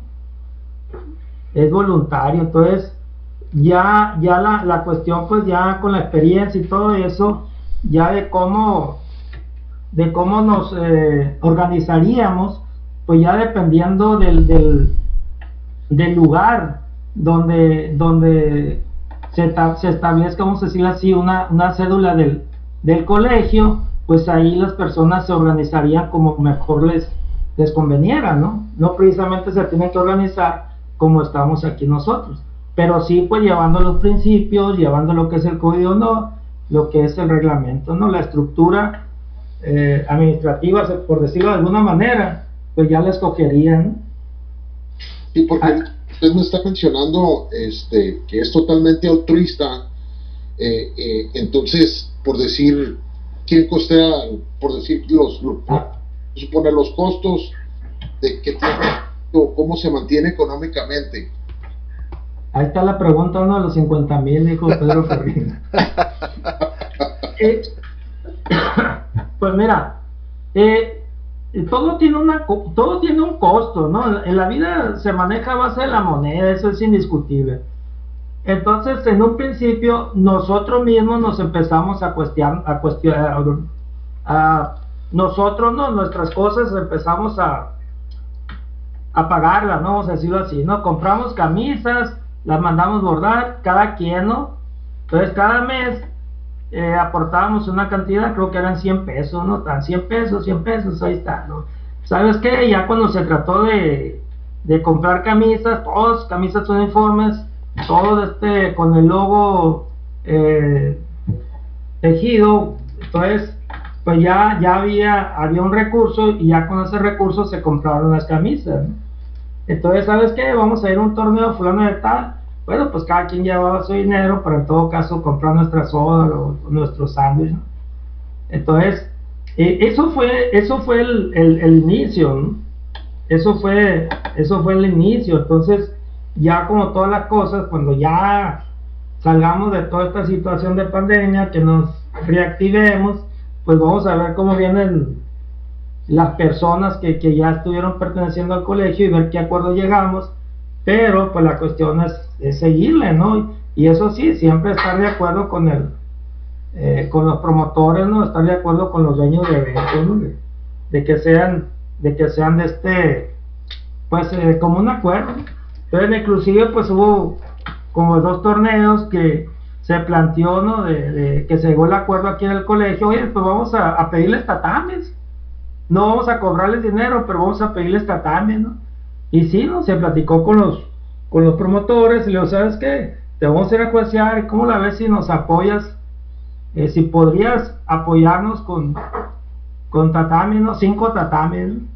Es voluntario. Entonces ya, ya la, la cuestión pues ya con la experiencia y todo eso, ya de cómo, de cómo nos eh, organizaríamos, pues ya dependiendo del, del del lugar donde donde se, se establezca, vamos a decir así, una, una cédula del, del colegio, pues ahí las personas se organizarían como mejor les, les conveniera, ¿no? No precisamente se tienen que organizar como estamos aquí nosotros, pero sí pues llevando los principios, llevando lo que es el código, no, lo que es el reglamento, ¿no? La estructura eh, administrativa, por decirlo de alguna manera, pues ya la escogerían, ¿no?
Sí, porque usted me está mencionando este, que es totalmente altruista, eh, eh, entonces, por decir, ¿quién costea, por decir, los, los ah. suponer los costos de que tiene o cómo se mantiene económicamente?
Ahí está la pregunta, uno de los cincuenta mil, dijo Pedro Ferrín. eh, Pues mira, eh, todo tiene una todo tiene un costo, ¿no? En la vida se maneja a base de la moneda, eso es indiscutible. Entonces, en un principio, nosotros mismos nos empezamos a cuestionar, a cuestionar, a nosotros, ¿no? Nuestras cosas empezamos a, a pagarlas, ¿no? Vamos a decirlo así, ¿no? Compramos camisas, las mandamos bordar, cada quien, ¿no? Entonces, cada mes eh, aportábamos una cantidad, creo que eran cien pesos, ¿no? Tan cien pesos, cien pesos, ahí está, ¿no? ¿Sabes qué? Ya cuando se trató de, de comprar camisas, todos camisas uniformes, todo este con el logo eh, tejido, entonces pues ya ya había había un recurso y ya con ese recurso se compraron las camisas, ¿no? Entonces, ¿sabes qué? Vamos a ir a un torneo fulano de tal. Bueno, pues cada quien llevaba su dinero, pero en todo caso comprar nuestra soda o nuestro sándwich, ¿no? Entonces eh, eso fue eso fue el, el, el inicio, ¿no? Eso fue eso fue el inicio. Entonces, ya como todas las cosas, cuando ya salgamos de toda esta situación de pandemia, que nos reactivemos, pues vamos a ver cómo vienen las personas que, que ya estuvieron perteneciendo al colegio y ver qué acuerdo llegamos, pero pues la cuestión es, es seguirle, ¿no? Y eso sí, siempre estar de acuerdo con el eh, con los promotores, ¿no? Estar de acuerdo con los dueños de eventos, ¿no? De, de que sean de que sean de este pues eh, como un acuerdo. Entonces, inclusive, pues hubo como dos torneos que se planteó, ¿no? De, de que se llegó el acuerdo aquí en el colegio, oye, pues vamos a, a pedirles tatames, no vamos a cobrarles dinero, pero vamos a pedirles tatames, ¿no? Y sí, ¿no? Se platicó con los con los promotores y le digo, ¿sabes qué? Te vamos a ir a juiciar, ¿cómo la ves si nos apoyas? Eh, si podrías apoyarnos con, con tatames, ¿no? Cinco tatames, ¿no?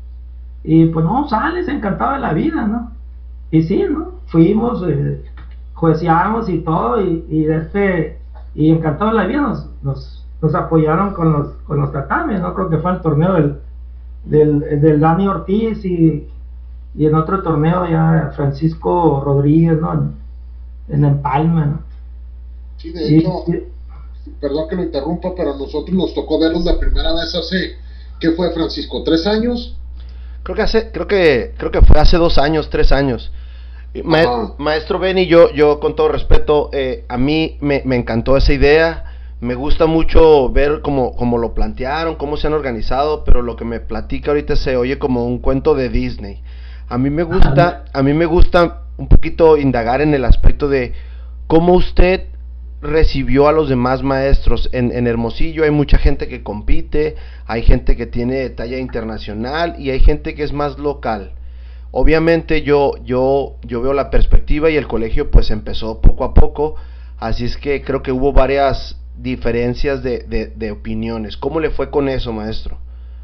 Y pues no, sales encantado de la vida, ¿no? Y sí, ¿no? Fuimos, eh, juiciamos y todo, y, y este y encantado de la vida nos, nos, nos apoyaron con los con los tatames, ¿no? Creo que fue el torneo del del, del Dani Ortiz y, y en otro torneo ya Francisco Rodríguez, ¿no? En, en Empalme, ¿no?
Sí, de hecho, y, perdón que lo interrumpa, pero a nosotros nos tocó verlos la primera vez hace, ¿qué fue, Francisco? ¿Tres años?
Creo que hace, creo que, creo que fue hace dos años, tres años. Ma- Maestro Benny, yo, yo con todo respeto, eh, a mí me, me encantó esa idea. Me gusta mucho ver cómo, cómo lo plantearon, cómo se han organizado, pero lo que me platica ahorita se oye como un cuento de Disney. A mí me gusta, a mí me gusta un poquito indagar en el aspecto de cómo usted recibió a los demás maestros. En, en Hermosillo hay mucha gente que compite, hay gente que tiene talla internacional y hay gente que es más local. Obviamente yo, yo, yo veo la perspectiva y el colegio pues empezó poco a poco, así es que creo que hubo varias diferencias de, de, de opiniones. ¿Cómo le fue con eso, maestro?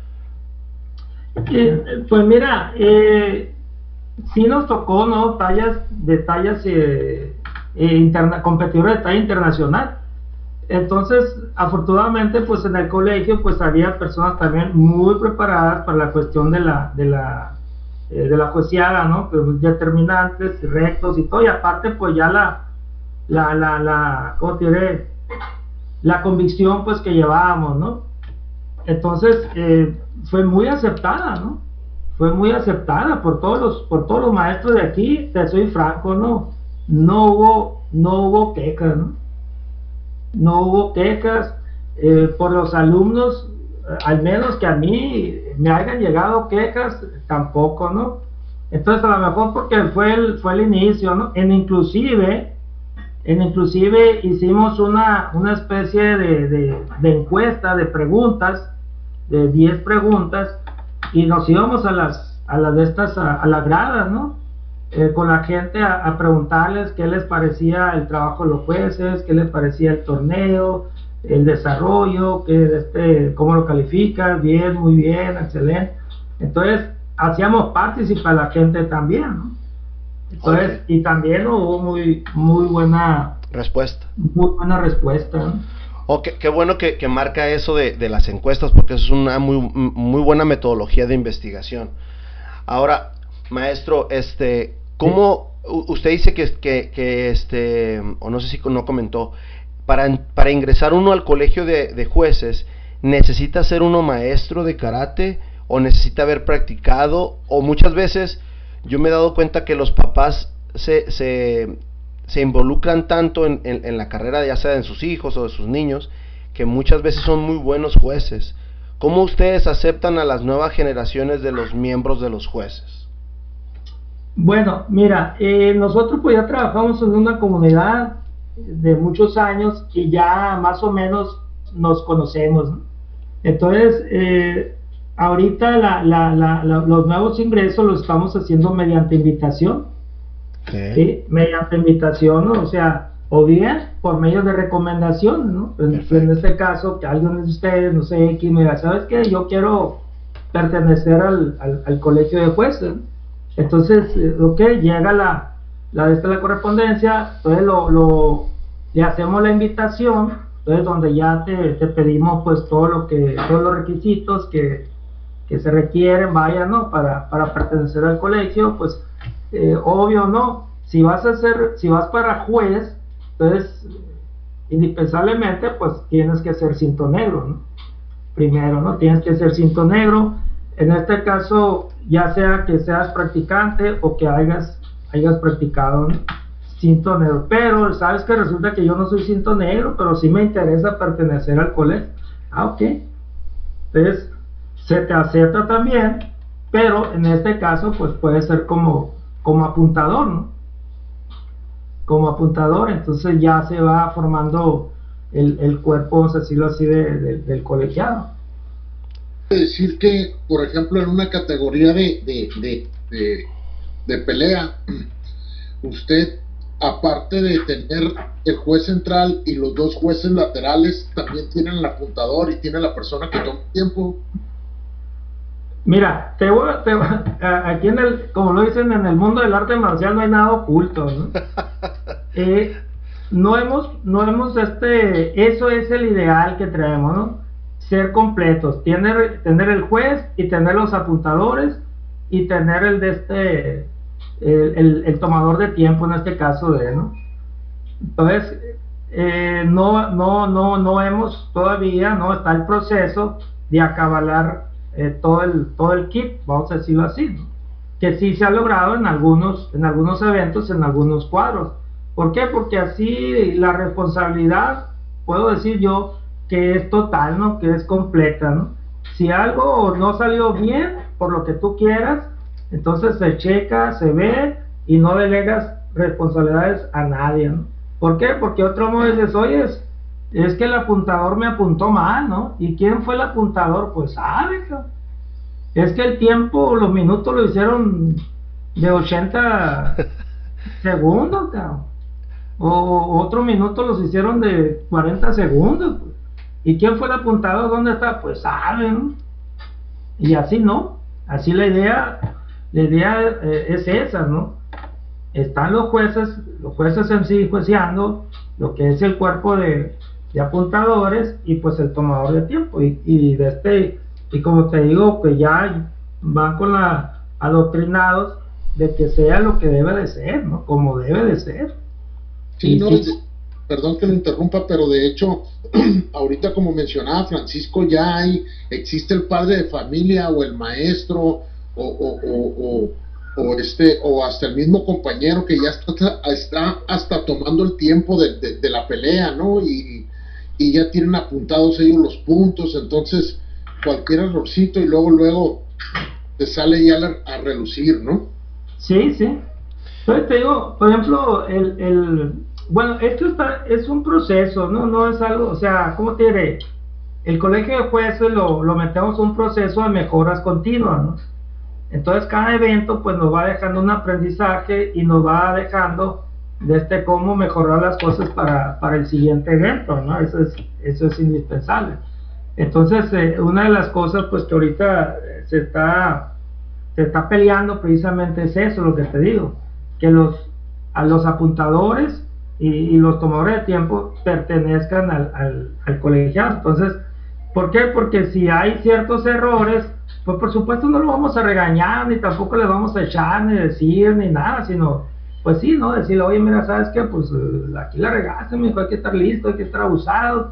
Eh, pues mira, eh, sí nos tocó, ¿no? Tallas de tallas eh, eh, interna, competidores de talla internacional. Entonces, afortunadamente, pues en el colegio, pues había personas también muy preparadas para la cuestión de la, de la, eh, de la juiciada, ¿no? Pues determinantes, rectos y todo. Y aparte, pues ya la, la, la, la, ¿cómo te diré? La convicción, pues que llevábamos, ¿no? Entonces, eh, fue muy aceptada, ¿no? Fue muy aceptada por todos los, por todos los maestros de aquí. Te soy franco, ¿no? No hubo, no hubo quejas, ¿no? No hubo quejas eh, por los alumnos, eh, al menos que a mí me hayan llegado quejas, tampoco, ¿no? Entonces, a lo mejor porque fue el, fue el inicio, ¿no? En inclusive, en inclusive hicimos una, una especie de, de, de encuesta, de preguntas, de diez preguntas, y nos íbamos a las, a las de estas, a, a las gradas, ¿no? Eh, con la gente a, a preguntarles qué les parecía el trabajo de los jueces, qué les parecía el torneo, el desarrollo, qué, este, cómo lo calificas, bien, muy bien, excelente. Entonces, hacíamos participar a la gente también, ¿no? Entonces, okay. Y también hubo muy, muy buena
respuesta.
Muy buena respuesta, ¿no?
Oh, qué, qué bueno que, que marca eso de, de las encuestas, porque eso es una muy, muy buena metodología de investigación. Ahora, maestro, este, ¿cómo sí. usted dice que, que, que este, o no sé si no comentó, para, para ingresar uno al colegio de, de jueces, ¿necesita ser uno maestro de karate o necesita haber practicado? O muchas veces yo me he dado cuenta que los papás se, se, se involucran tanto en, en, en la carrera, ya sea de sus hijos o de sus niños, que muchas veces son muy buenos jueces. ¿Cómo ustedes aceptan a las nuevas generaciones de los miembros de los jueces?
Bueno, mira, eh, nosotros pues ya trabajamos en una comunidad de muchos años y ya más o menos nos conocemos, ¿no? Entonces, eh, ahorita la, la, la, la, los nuevos ingresos los estamos haciendo mediante invitación,
¿Qué?
¿sí? Mediante invitación, ¿no? O sea, o bien por medio de recomendación, ¿no? En, en este caso, que alguien de ustedes, no sé, que me diga, ¿sabes qué? Yo quiero pertenecer al, al, al colegio de jueces, ¿no? Entonces, eh, ok, llega la, la, esta, la correspondencia, entonces lo, lo, le hacemos la invitación, entonces donde ya te, te pedimos pues todo lo que, todos los requisitos que, que se requieren, vaya, ¿no? Para, para pertenecer al colegio, pues, eh, obvio, ¿no? Si vas a hacer, si vas para juez, entonces, indispensablemente, pues, tienes que ser cinto negro, ¿no? Primero, ¿no? Tienes que ser cinto negro. En este caso, ya sea que seas practicante o que hayas, hayas practicado, ¿no? Cinto negro. Pero, ¿sabes que resulta que yo no soy cinto negro, pero sí me interesa pertenecer al colegio? Ah, ok. Entonces, se te acepta también, pero en este caso, pues, puede ser como, como apuntador, ¿no? Como apuntador, entonces ya se va formando el, el cuerpo, vamos a decirlo así, de, de, del colegiado.
Decir que, por ejemplo, en una categoría de, de, de, de, de pelea, usted, aparte de tener el juez central y los dos jueces laterales, también tienen el apuntador y tiene la persona que toma tiempo.
Mira, te voy, te voy, aquí en el, como lo dicen, en el mundo del arte marcial no hay nada oculto, ¿no? Eh, no hemos, no hemos, este, eso es el ideal que traemos, ¿no? Ser completos, tener, tener el juez y tener los apuntadores y tener el de este, el, el, el tomador de tiempo en este caso de, ¿no? Entonces, eh, no, no, no, no hemos todavía, no está el proceso de acabalar eh, todo el, todo el kit, vamos a decirlo así, ¿no? Que sí se ha logrado en algunos, en algunos eventos, en algunos cuadros. ¿Por qué? Porque así la responsabilidad, puedo decir yo, que es total, ¿no? Que es completa, ¿no? Si algo no salió bien, por lo que tú quieras, entonces se checa, se ve y no delegas responsabilidades a nadie, ¿no? ¿Por qué? Porque otro modo dices, oye, es, es que el apuntador me apuntó mal, ¿no? ¿Y quién fue el apuntador? Pues sabe, ¿no? Es que el tiempo, los minutos lo hicieron de ochenta segundos, cabrón. O otro minuto los hicieron de cuarenta segundos, pues. ¿Y quién fue el apuntador? ¿Dónde está? Pues saben, ¿no? Y así no, así la idea, la idea eh, es esa, ¿no? Están los jueces, los jueces en sí jueceando, lo que es el cuerpo de, de apuntadores y pues el tomador de tiempo, y, y de este, y como te digo, que ya van con la adoctrinados de que sea lo que debe de ser, ¿no? Como debe de ser.
Sí, no, sí. Perdón que lo interrumpa, pero de hecho, ahorita como mencionaba Francisco, ya hay, existe el padre de familia o el maestro o, o, o, o, o este o hasta el mismo compañero que ya está, está hasta tomando el tiempo de, de, de la pelea, ¿no? Y, y ya tienen apuntados ellos los puntos, entonces cualquier errorcito y luego luego te sale ya a, a relucir, ¿no?
Sí, sí. Entonces te digo, por ejemplo, el, el bueno, esto está, es un proceso, ¿no? No es algo, o sea, ¿cómo te diré? El colegio de jueces lo, lo metemos en un proceso de mejoras continuas, ¿no? Entonces cada evento pues nos va dejando un aprendizaje y nos va dejando de este cómo mejorar las cosas para, para el siguiente evento, ¿no? Eso es, eso es indispensable. Entonces, eh, una de las cosas pues que ahorita se está, se está peleando precisamente es eso, lo que te digo, que los, a los apuntadores y, y los tomadores de tiempo pertenezcan al, al, al colegiado. Entonces, ¿por qué? Porque si hay ciertos errores, pues por supuesto no lo vamos a regañar, ni tampoco le vamos a echar, ni decir, ni nada, sino, pues sí, ¿no? Decirle, oye, mira, ¿sabes qué? Pues aquí la regaste, mijo, hay que estar listo, hay que estar abusado,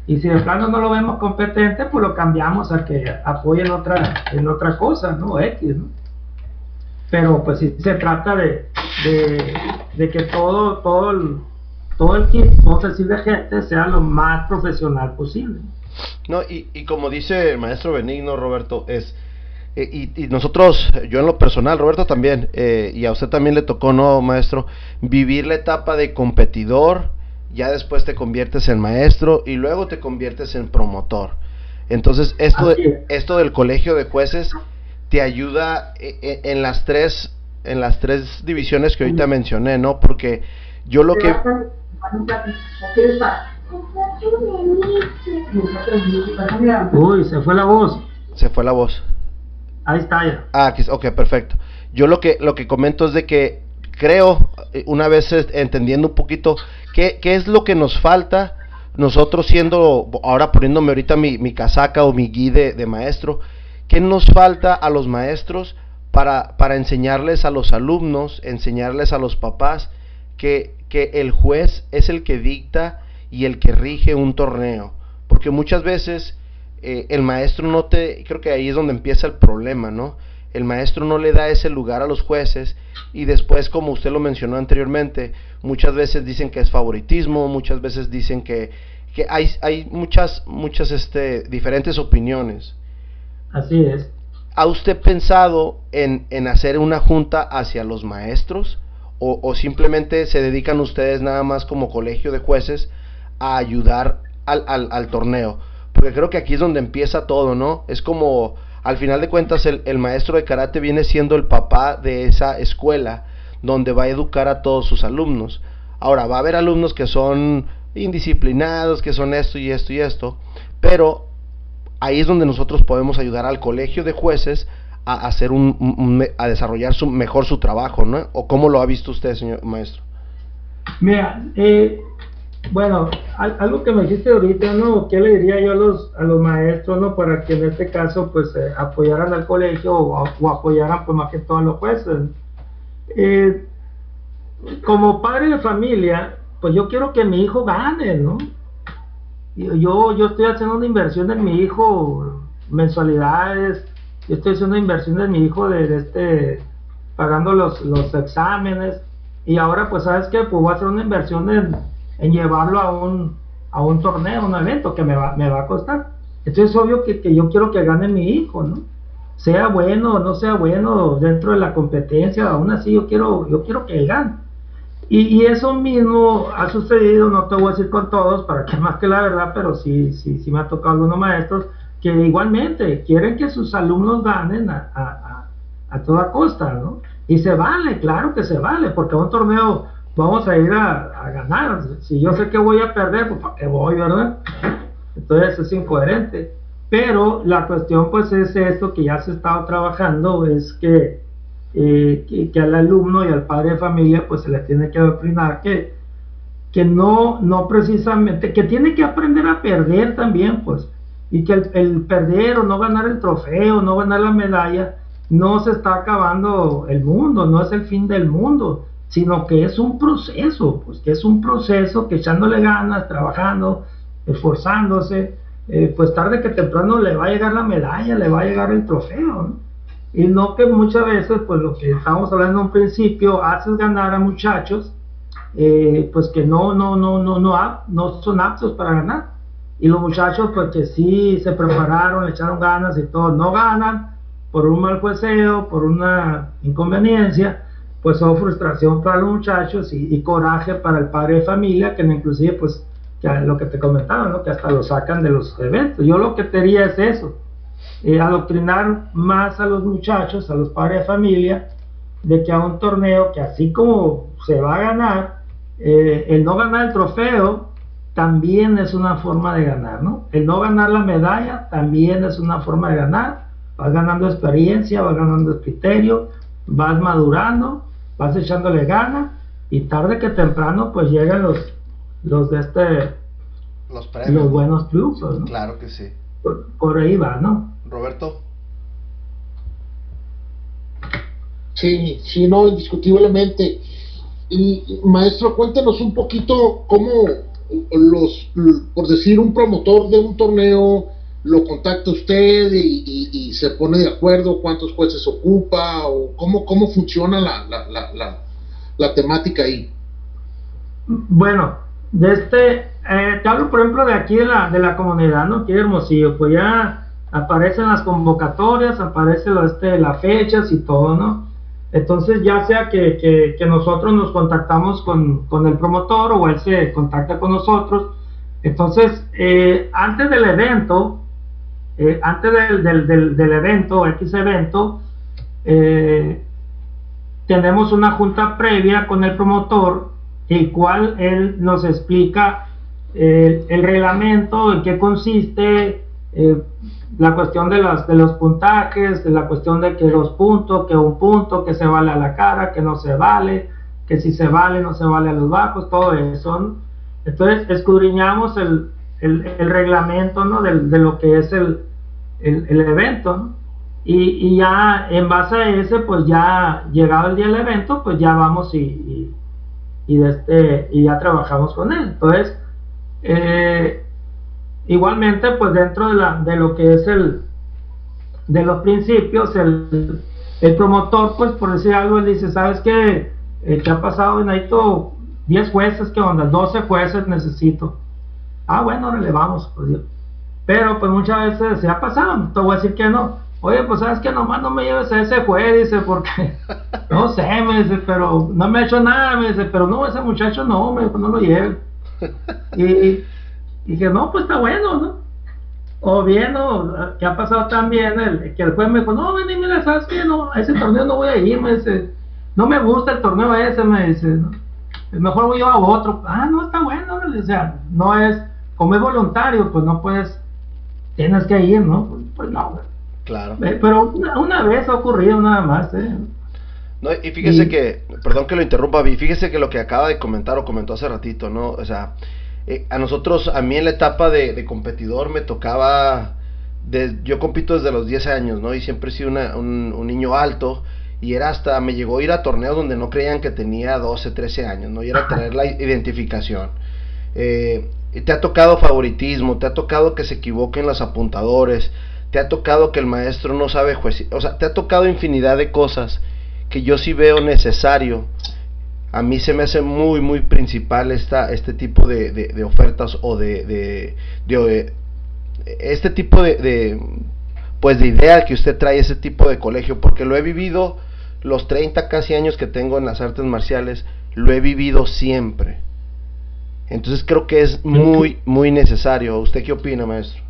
Y si de plano no lo vemos competente, pues lo cambiamos a que apoye en otra, en otra cosa, ¿no? X, ¿no? Pero pues sí se trata de, de, de que todo, todo el, todo el kit, vamos a decir, de gente sea lo más profesional posible.
No, y, y como dice el maestro Benigno, Roberto, es eh, y, y nosotros, yo en lo personal, Roberto también, eh, y a usted también le tocó, ¿no, maestro? Vivir la etapa de competidor, ya después te conviertes en maestro y luego te conviertes en promotor. Entonces, esto, de, esto del colegio de jueces te ayuda en, en las tres en las tres divisiones que ahorita mencioné, ¿no? Porque yo lo que...
Uy, se fue la voz.
Se fue la voz.
Ahí está ya.
Ah, aquí, ok, perfecto. Yo lo que lo que comento es de que creo, una vez entendiendo un poquito qué, qué es lo que nos falta, nosotros siendo, ahora poniéndome ahorita mi, mi casaca o mi guía de, de maestro, ¿qué nos falta a los maestros para, para enseñarles a los alumnos, enseñarles a los papás que, que el juez es el que dicta y el que rige un torneo? Porque muchas veces eh, el maestro no te, creo que ahí es donde empieza el problema, ¿no? El maestro no le da ese lugar a los jueces y después, como usted lo mencionó anteriormente, muchas veces dicen que es favoritismo, muchas veces dicen que, que hay, hay muchas, muchas este, diferentes opiniones.
Así es.
¿Ha usted pensado en, en hacer una junta hacia los maestros o, o simplemente se dedican ustedes nada más como colegio de jueces a ayudar al, al, al torneo? Porque creo que aquí es donde empieza todo, ¿no? Es como, al final de cuentas, el, el maestro de karate viene siendo el papá de esa escuela donde va a educar a todos sus alumnos. Ahora, va a haber alumnos que son indisciplinados, que son esto y esto y esto, pero ahí es donde nosotros podemos ayudar al colegio de jueces a hacer un, un, un a desarrollar su, mejor su trabajo, ¿no? ¿O cómo lo ha visto usted, señor maestro?
Mira, eh, bueno, algo que me dijiste ahorita, ¿no? ¿Qué le diría yo a los, a los maestros, ¿no? Para que en este caso, pues, eh, apoyaran al colegio o, o apoyaran, pues, más que todo a los jueces. Eh, como padre de familia, pues yo quiero que mi hijo gane, ¿no? Yo, yo estoy haciendo una inversión en mi hijo, mensualidades, yo estoy haciendo una inversión en mi hijo de, de este, pagando los, los exámenes, y ahora, pues, ¿sabes qué? Pues voy a hacer una inversión en, en llevarlo a un, a un torneo, a un evento que me va, me va a costar. Entonces es obvio que, que yo quiero que gane mi hijo, ¿no? Sea bueno o no sea bueno dentro de la competencia, aún así yo quiero, yo quiero que gane. Y, y eso mismo ha sucedido, no te voy a decir con todos, para que más que la verdad, pero sí, sí, sí me ha tocado algunos maestros que igualmente quieren que sus alumnos ganen a, a, a, a toda costa, ¿no? Y se vale, claro que se vale, porque a un torneo vamos a ir a, a ganar. Si yo sé que voy a perder, pues ¿para qué voy, verdad? Entonces es incoherente. Pero la cuestión, pues, es esto que ya se ha estado trabajando, es que, eh, que, que al alumno y al padre de familia, pues, se le tiene que adoctrinar que, que no, no precisamente, que tiene que aprender a perder también, pues, y que el, el perder o no ganar el trofeo, no ganar la medalla, no se está acabando el mundo, no es el fin del mundo, sino que es un proceso, pues, que es un proceso que echándole ganas, trabajando, esforzándose, eh, pues tarde que temprano le va a llegar la medalla, le va a llegar el trofeo, ¿no? Y no que muchas veces, pues lo que estábamos hablando en un principio, haces ganar a muchachos, eh, pues que no, no, no, no, no, no son aptos para ganar, y los muchachos, pues que sí se prepararon, le echaron ganas y todo, no ganan por un mal jueceo, por una inconveniencia, pues son frustración para los muchachos y, y coraje para el padre de familia, que inclusive, pues, que lo que te comentaba, ¿no? Que hasta lo sacan de los eventos. Yo lo que te diría es eso, eh, adoctrinar más a los muchachos, a los padres de familia, de que a un torneo que así como se va a ganar, eh, el no ganar el trofeo también es una forma de ganar, ¿no? El no ganar la medalla también es una forma de ganar. Vas ganando experiencia, vas ganando criterio, vas madurando, vas echándole ganas, y tarde que temprano pues llegan los los de este
los, premios,
los buenos triunfos, ¿no?
Claro que sí.
Por, por ahí va, ¿no?
Roberto.
Sí, sí, no, indiscutiblemente. Y maestro, cuéntenos un poquito cómo los, por decir, un promotor de un torneo lo contacta usted y, y, y se pone de acuerdo cuántos jueces ocupa, o cómo, cómo funciona la, la, la, la, la temática ahí?
Bueno, de este, eh, te hablo por ejemplo de aquí de la, de la comunidad, ¿no? Aquí de Hermosillo, pues ya aparecen las convocatorias, aparece lo, este, las fechas y todo, ¿no? Entonces ya sea que, que, que nosotros nos contactamos con, con el promotor o él se contacta con nosotros, entonces eh, antes del evento, eh, antes del, del, del, del evento, X evento, eh, tenemos una junta previa con el promotor, el cual él nos explica eh, el reglamento, en qué consiste, eh, la cuestión de, las, de los puntajes, de la cuestión de que los puntos, que un punto, que se vale a la cara, que no se vale, que si se vale, no se vale a los bajos, todo eso, ¿no? Entonces escudriñamos el, el, el reglamento, ¿no? de, de lo que es el, el, el evento, ¿no? y, y ya en base a ese, pues ya llegado el día del evento, pues ya vamos y, y, y, de este, y ya trabajamos con él. Entonces, eh, igualmente, pues dentro de, la, de lo que es el de los principios, el, el promotor, pues por decir algo, él dice, ¿sabes qué? Eh, ¿qué ha pasado? Necesito diez jueces, ¿qué onda? doce jueces necesito. Ah, bueno, ahora le vamos, pues Dios. Pero pues muchas veces se ha pasado, no te voy a decir que no. Oye, pues sabes que nomás no me lleves a ese juez, dice, porque no sé, me dice, pero no me ha hecho nada, me dice, pero no, ese muchacho no, me dijo, no lo lleve. Y, y dije, no, pues está bueno, ¿no? O bien, ¿no? Que ha pasado también, el, que el juez me dijo, no, ven y mira, ¿sabes qué? No, a ese torneo no voy a ir, me dice, no me gusta el torneo ese, me dice, ¿no? Mejor voy yo a otro. Ah, no, está bueno, ¿no? O sea, no es, como es voluntario, pues no puedes, tienes que ir, ¿no? Pues, pues no,
claro.
Eh, pero una, una vez ha ocurrido nada más, ¿eh?
No, y fíjese
y,
que, perdón que lo interrumpa, y fíjese que lo que acaba de comentar o comentó hace ratito, ¿no? O sea, eh, a nosotros, a mí en la etapa de, de competidor me tocaba, de, yo compito desde los diez años, ¿no? Y siempre he sido una, un, un niño alto, y era hasta, me llegó a ir a torneos donde no creían que tenía doce, trece años, ¿no? Y era tener la identificación. Eh, te ha tocado favoritismo, te ha tocado que se equivoquen los apuntadores, te ha tocado que el maestro no sabe juez, o sea, te ha tocado infinidad de cosas que yo sí veo necesario. A mí se me hace muy muy principal esta, este tipo de, de, de ofertas o de, de, de, de este tipo de, de pues de idea que usted trae, ese tipo de colegio, porque lo he vivido los treinta casi años que tengo en las artes marciales, lo he vivido siempre. Entonces creo que es muy muy necesario. ¿Usted qué opina, maestro?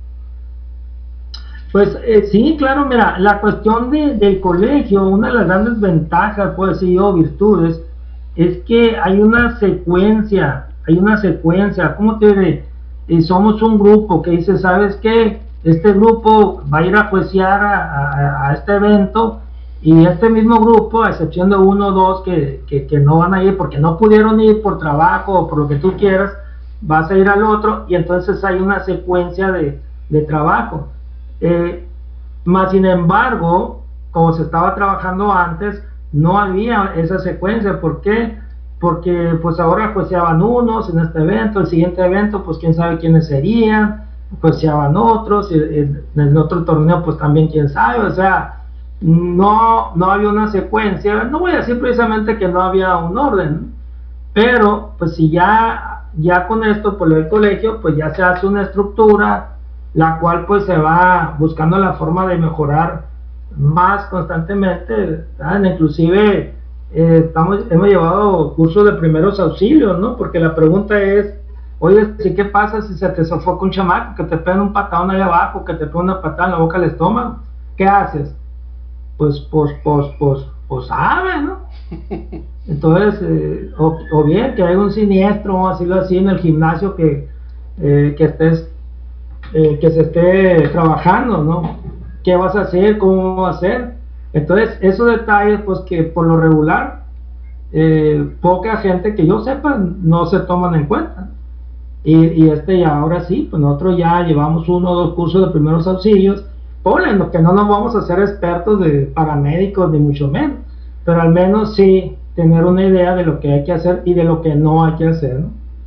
Pues eh, sí, claro, mira, la cuestión de, del colegio, una de las grandes ventajas, puedo decir yo, virtudes, es que hay una secuencia, hay una secuencia, ¿cómo te diré? Eh, somos un grupo que dice, ¿sabes qué? Este grupo va a ir a juecear a, a, a este evento, y este mismo grupo, a excepción de uno o dos que, que, que no van a ir porque no pudieron ir por trabajo o por lo que tú quieras, vas a ir al otro, y entonces hay una secuencia de, de trabajo. Eh, más sin embargo, como se estaba trabajando antes, no había esa secuencia. ¿Por qué? Porque pues ahora jueceaban unos en este evento, el siguiente evento pues quién sabe quiénes serían, jueceaban otros, en el otro torneo pues también quién sabe, o sea, no, no había una secuencia. No voy a decir precisamente que no había un orden, pero pues si ya, ya con esto, por lo del colegio, pues ya se hace una estructura, la cual pues se va buscando la forma de mejorar más constantemente, ¿verdad? Inclusive eh, estamos, hemos llevado cursos de primeros auxilios, ¿no? Porque la pregunta es, oye, ¿sí qué pasa si se te sofoca un chamaco, que te pegan un patadón ahí abajo, que te pone una patada en la boca al estómago? ¿Qué haces? Pues, pues, pues, pues, pues sabe, ¿no? Entonces, eh, o, o bien que haya un siniestro, o así, así en el gimnasio que, eh, que estés Eh, que se esté trabajando, ¿no? ¿Qué vas a hacer? ¿Cómo vas a hacer? Entonces, esos detalles, pues que por lo regular, eh, poca gente que yo sepa no se toman en cuenta. Y, y este, y ahora sí, pues nosotros ya llevamos uno o dos cursos de primeros auxilios. Ponle, lo que no nos vamos a hacer expertos de paramédicos, ni mucho menos, pero al menos sí tener una idea de lo que hay que hacer y de lo que no hay que hacer, ¿no?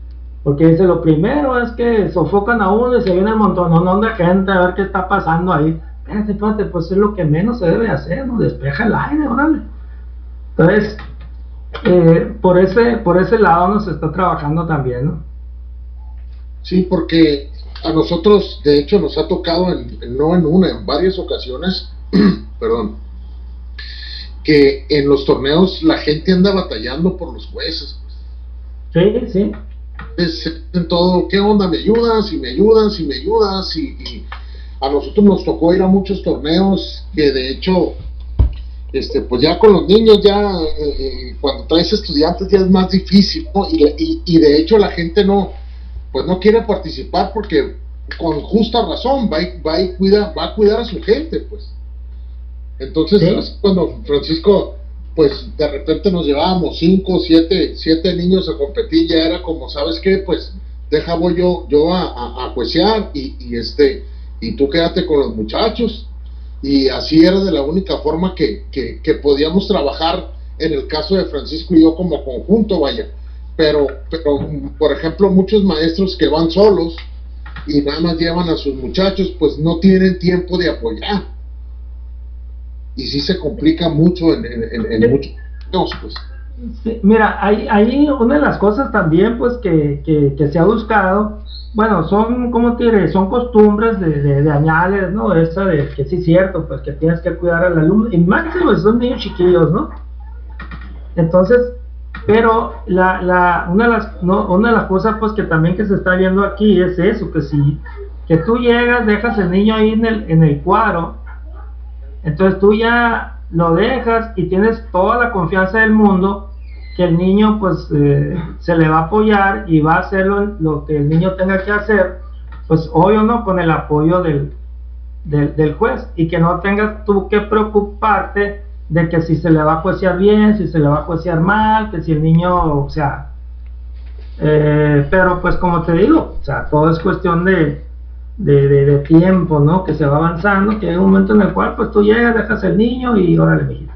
porque dice, lo primero es que sofocan a uno y se viene el montón de gente a ver qué está pasando ahí. Espérate, espérate, pues es lo que menos se debe hacer, ¿no? Despeja el aire, órale. Entonces, eh, por ese por ese lado nos está trabajando también, ¿no?
Sí, porque a nosotros, de hecho, nos ha tocado, en, en, no en una, en varias ocasiones, perdón, que en los torneos la gente anda batallando por los jueces.
Sí, sí.
Es en todo, ¿qué onda? ¿Me ayudas? Y me ayudas, y me ayudas, y, y a nosotros nos tocó ir a muchos torneos que de hecho, este, pues ya con los niños, ya eh, eh, cuando traes estudiantes ya es más difícil, ¿no? Y, y, y de hecho la gente no, pues no quiere participar porque con justa razón va y, va y cuida, va a cuidar a su gente, pues. Entonces, ¿sí? Cuando Francisco, pues de repente nos llevábamos cinco, siete, siete niños a competir, ya era como, ¿sabes qué? Pues deja voy yo, yo a, a, a juecear y, y este, y tú quédate con los muchachos. Y así era de la única forma que, que, que podíamos trabajar en el caso de Francisco y yo como conjunto, vaya. Pero, pero, por ejemplo, muchos maestros que van solos y nada más llevan a sus muchachos, pues no tienen tiempo de apoyar. Y sí se complica mucho en, en, en, en muchos casos, pues.
Sí, mira, hay, hay una de las cosas también, pues, que, que, que se ha buscado, bueno, son, ¿cómo te diré? Son costumbres de, de, de añales, ¿no? Esa de que sí es cierto, pues, que tienes que cuidar al alumno, y máximo son niños chiquillos, ¿no? Entonces, pero la, la, una de las, no, una de las cosas, pues, que también que se está viendo aquí es eso, que si, que tú llegas, dejas el niño ahí en el, en el cuadro, entonces tú ya lo dejas y tienes toda la confianza del mundo que el niño pues eh, se le va a apoyar y va a hacer lo, lo que el niño tenga que hacer, pues obvio, ¿no? Con el apoyo del, del, del juez, y que no tengas tú que preocuparte de que si se le va a juecear bien, si se le va a juecear mal, que si el niño, o sea, eh, pero pues como te digo, o sea, todo es cuestión de De, de, de tiempo, ¿no? Que se va avanzando, que hay un momento en el cual pues tú llegas, dejas el niño y órale, mijito.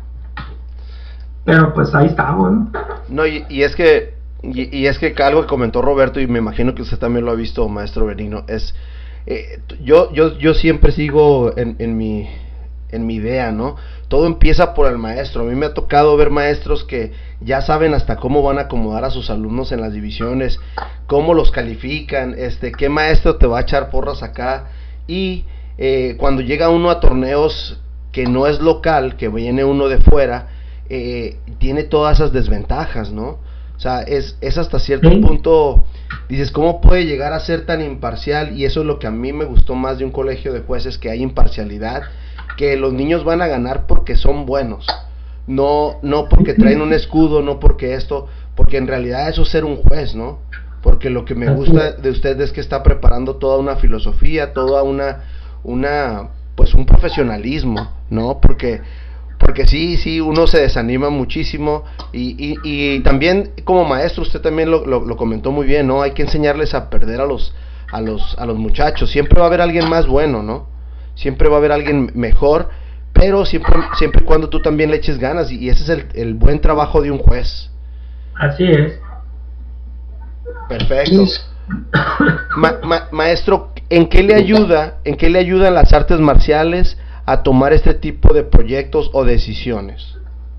Pero pues ahí estamos, ¿no?
No, y, y es que y, y es que algo que comentó Roberto, y me imagino que usted también lo ha visto, maestro Benigno, es eh, yo yo yo siempre sigo en, en mi en mi idea, ¿no? Todo empieza por el maestro. A mí me ha tocado ver maestros que ya saben hasta cómo van a acomodar a sus alumnos en las divisiones, cómo los califican, este, qué maestro te va a echar porras acá, y eh, cuando llega uno a torneos que no es local, que viene uno de fuera, eh, tiene todas esas desventajas, ¿no? O sea, es, es hasta cierto ¿Sí? punto, dices, ¿cómo puede llegar a ser tan imparcial? Y eso es lo que a mí me gustó más de un colegio de jueces, que hay imparcialidad, que los niños van a ganar porque son buenos, no no porque traen un escudo, no porque esto, porque en realidad eso es ser un juez, ¿no? Porque lo que me gusta de usted es que está preparando toda una filosofía, toda una una pues un profesionalismo, ¿no? Porque porque sí, sí, uno se desanima muchísimo, y, y, y también como maestro, usted también lo, lo, lo comentó muy bien, ¿no? Hay que enseñarles a perder a los a los a los muchachos. Siempre va a haber alguien más bueno, ¿no? Siempre va a haber alguien mejor, pero siempre siempre y cuando tú también le eches ganas, y, y ese es el, el buen trabajo de un juez.
Así es.
Perfecto. Ma, ma, maestro, ¿en qué le ayuda, en qué le ayudan las artes marciales a tomar este tipo de proyectos o decisiones?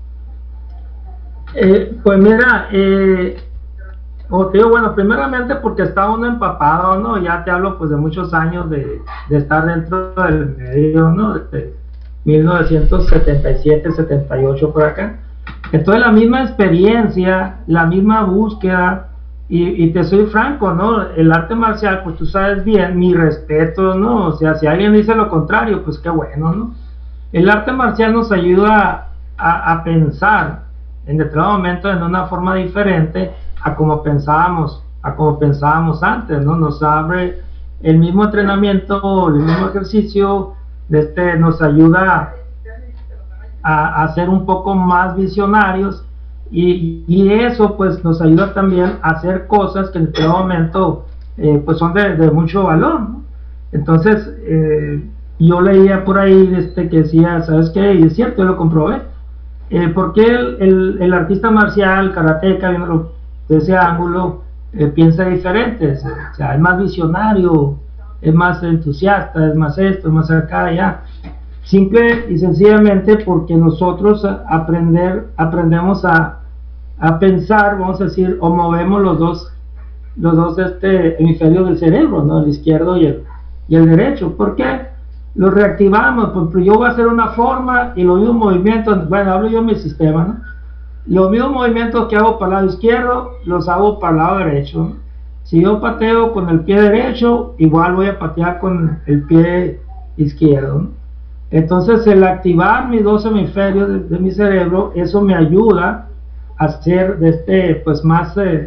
Eh, pues mira, eh, como te digo, bueno, primeramente porque está uno empapado, ¿no? Ya te hablo pues de muchos años de, de estar dentro del medio, ¿no? Desde mil novecientos setenta y siete, setenta y ocho por acá. Entonces la misma experiencia, la misma búsqueda, y, y te soy franco, ¿no? El arte marcial, pues tú sabes bien, mi respeto, ¿no? O sea, si alguien dice lo contrario, pues qué bueno, ¿no? El arte marcial nos ayuda a, a pensar en determinado momento en una forma diferente a como pensábamos, a como pensábamos antes, ¿no? Nos abre el mismo entrenamiento, el mismo ejercicio, este, nos ayuda a, a ser un poco más visionarios, y, y eso pues nos ayuda también a hacer cosas que en este momento eh, pues son de, de mucho valor, ¿no? Entonces eh, yo leía por ahí este, que decía, ¿sabes qué? Y es cierto, yo lo comprobé. Eh, ¿Por qué el, el, el artista marcial, karateca, viéndolo de ese ángulo, eh, piensa diferente, o sea, es más visionario, es más entusiasta, es más esto, es más acá, allá. Simple y sencillamente porque nosotros aprender, aprendemos a, a pensar, vamos a decir, o movemos los dos, los dos este, hemisferios del cerebro, ¿no? El izquierdo y el, y el derecho. ¿Por qué? Lo reactivamos, porque yo voy a hacer una forma y los mismos movimientos, bueno, hablo yo de mi sistema, ¿no? Los mismos movimientos que hago para el lado izquierdo, los hago para el lado derecho, ¿no? Si yo pateo con el pie derecho, igual voy a patear con el pie izquierdo, ¿no? Entonces, el activar mis dos hemisferios de, de mi cerebro, eso me ayuda a hacer de este, pues, más eh,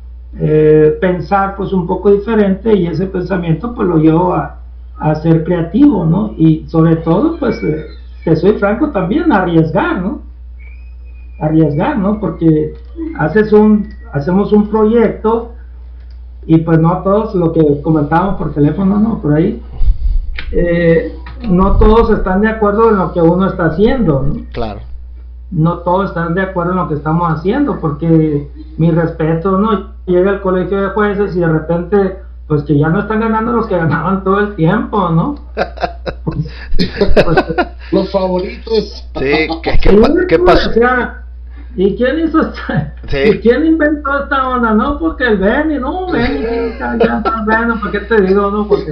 eh, pensar, pues, un poco diferente, y ese pensamiento, pues, lo llevo a, a ser creativo, ¿no? Y sobre todo, pues, eh, te soy franco también, arriesgar, ¿no? Arriesgar, ¿no? Porque haces un, hacemos un proyecto y pues no todos, lo que comentábamos por teléfono, ¿no? Por ahí, eh, no todos están de acuerdo en lo que uno está haciendo, ¿no?
Claro.
No todos están de acuerdo en lo que estamos haciendo, porque mi respeto, ¿no? Llega el colegio de jueces y de repente, pues que ya no están ganando los que ganaban todo el tiempo, ¿no? Pues,
pues, los favoritos.
Sí, ¿qué, qué, qué pasó?
O sea, ¿y quién hizo esta?
Sí.
¿Y quién inventó esta onda? No, porque el Benny, no, Benny, ya está bueno, ¿por qué te digo, no? Porque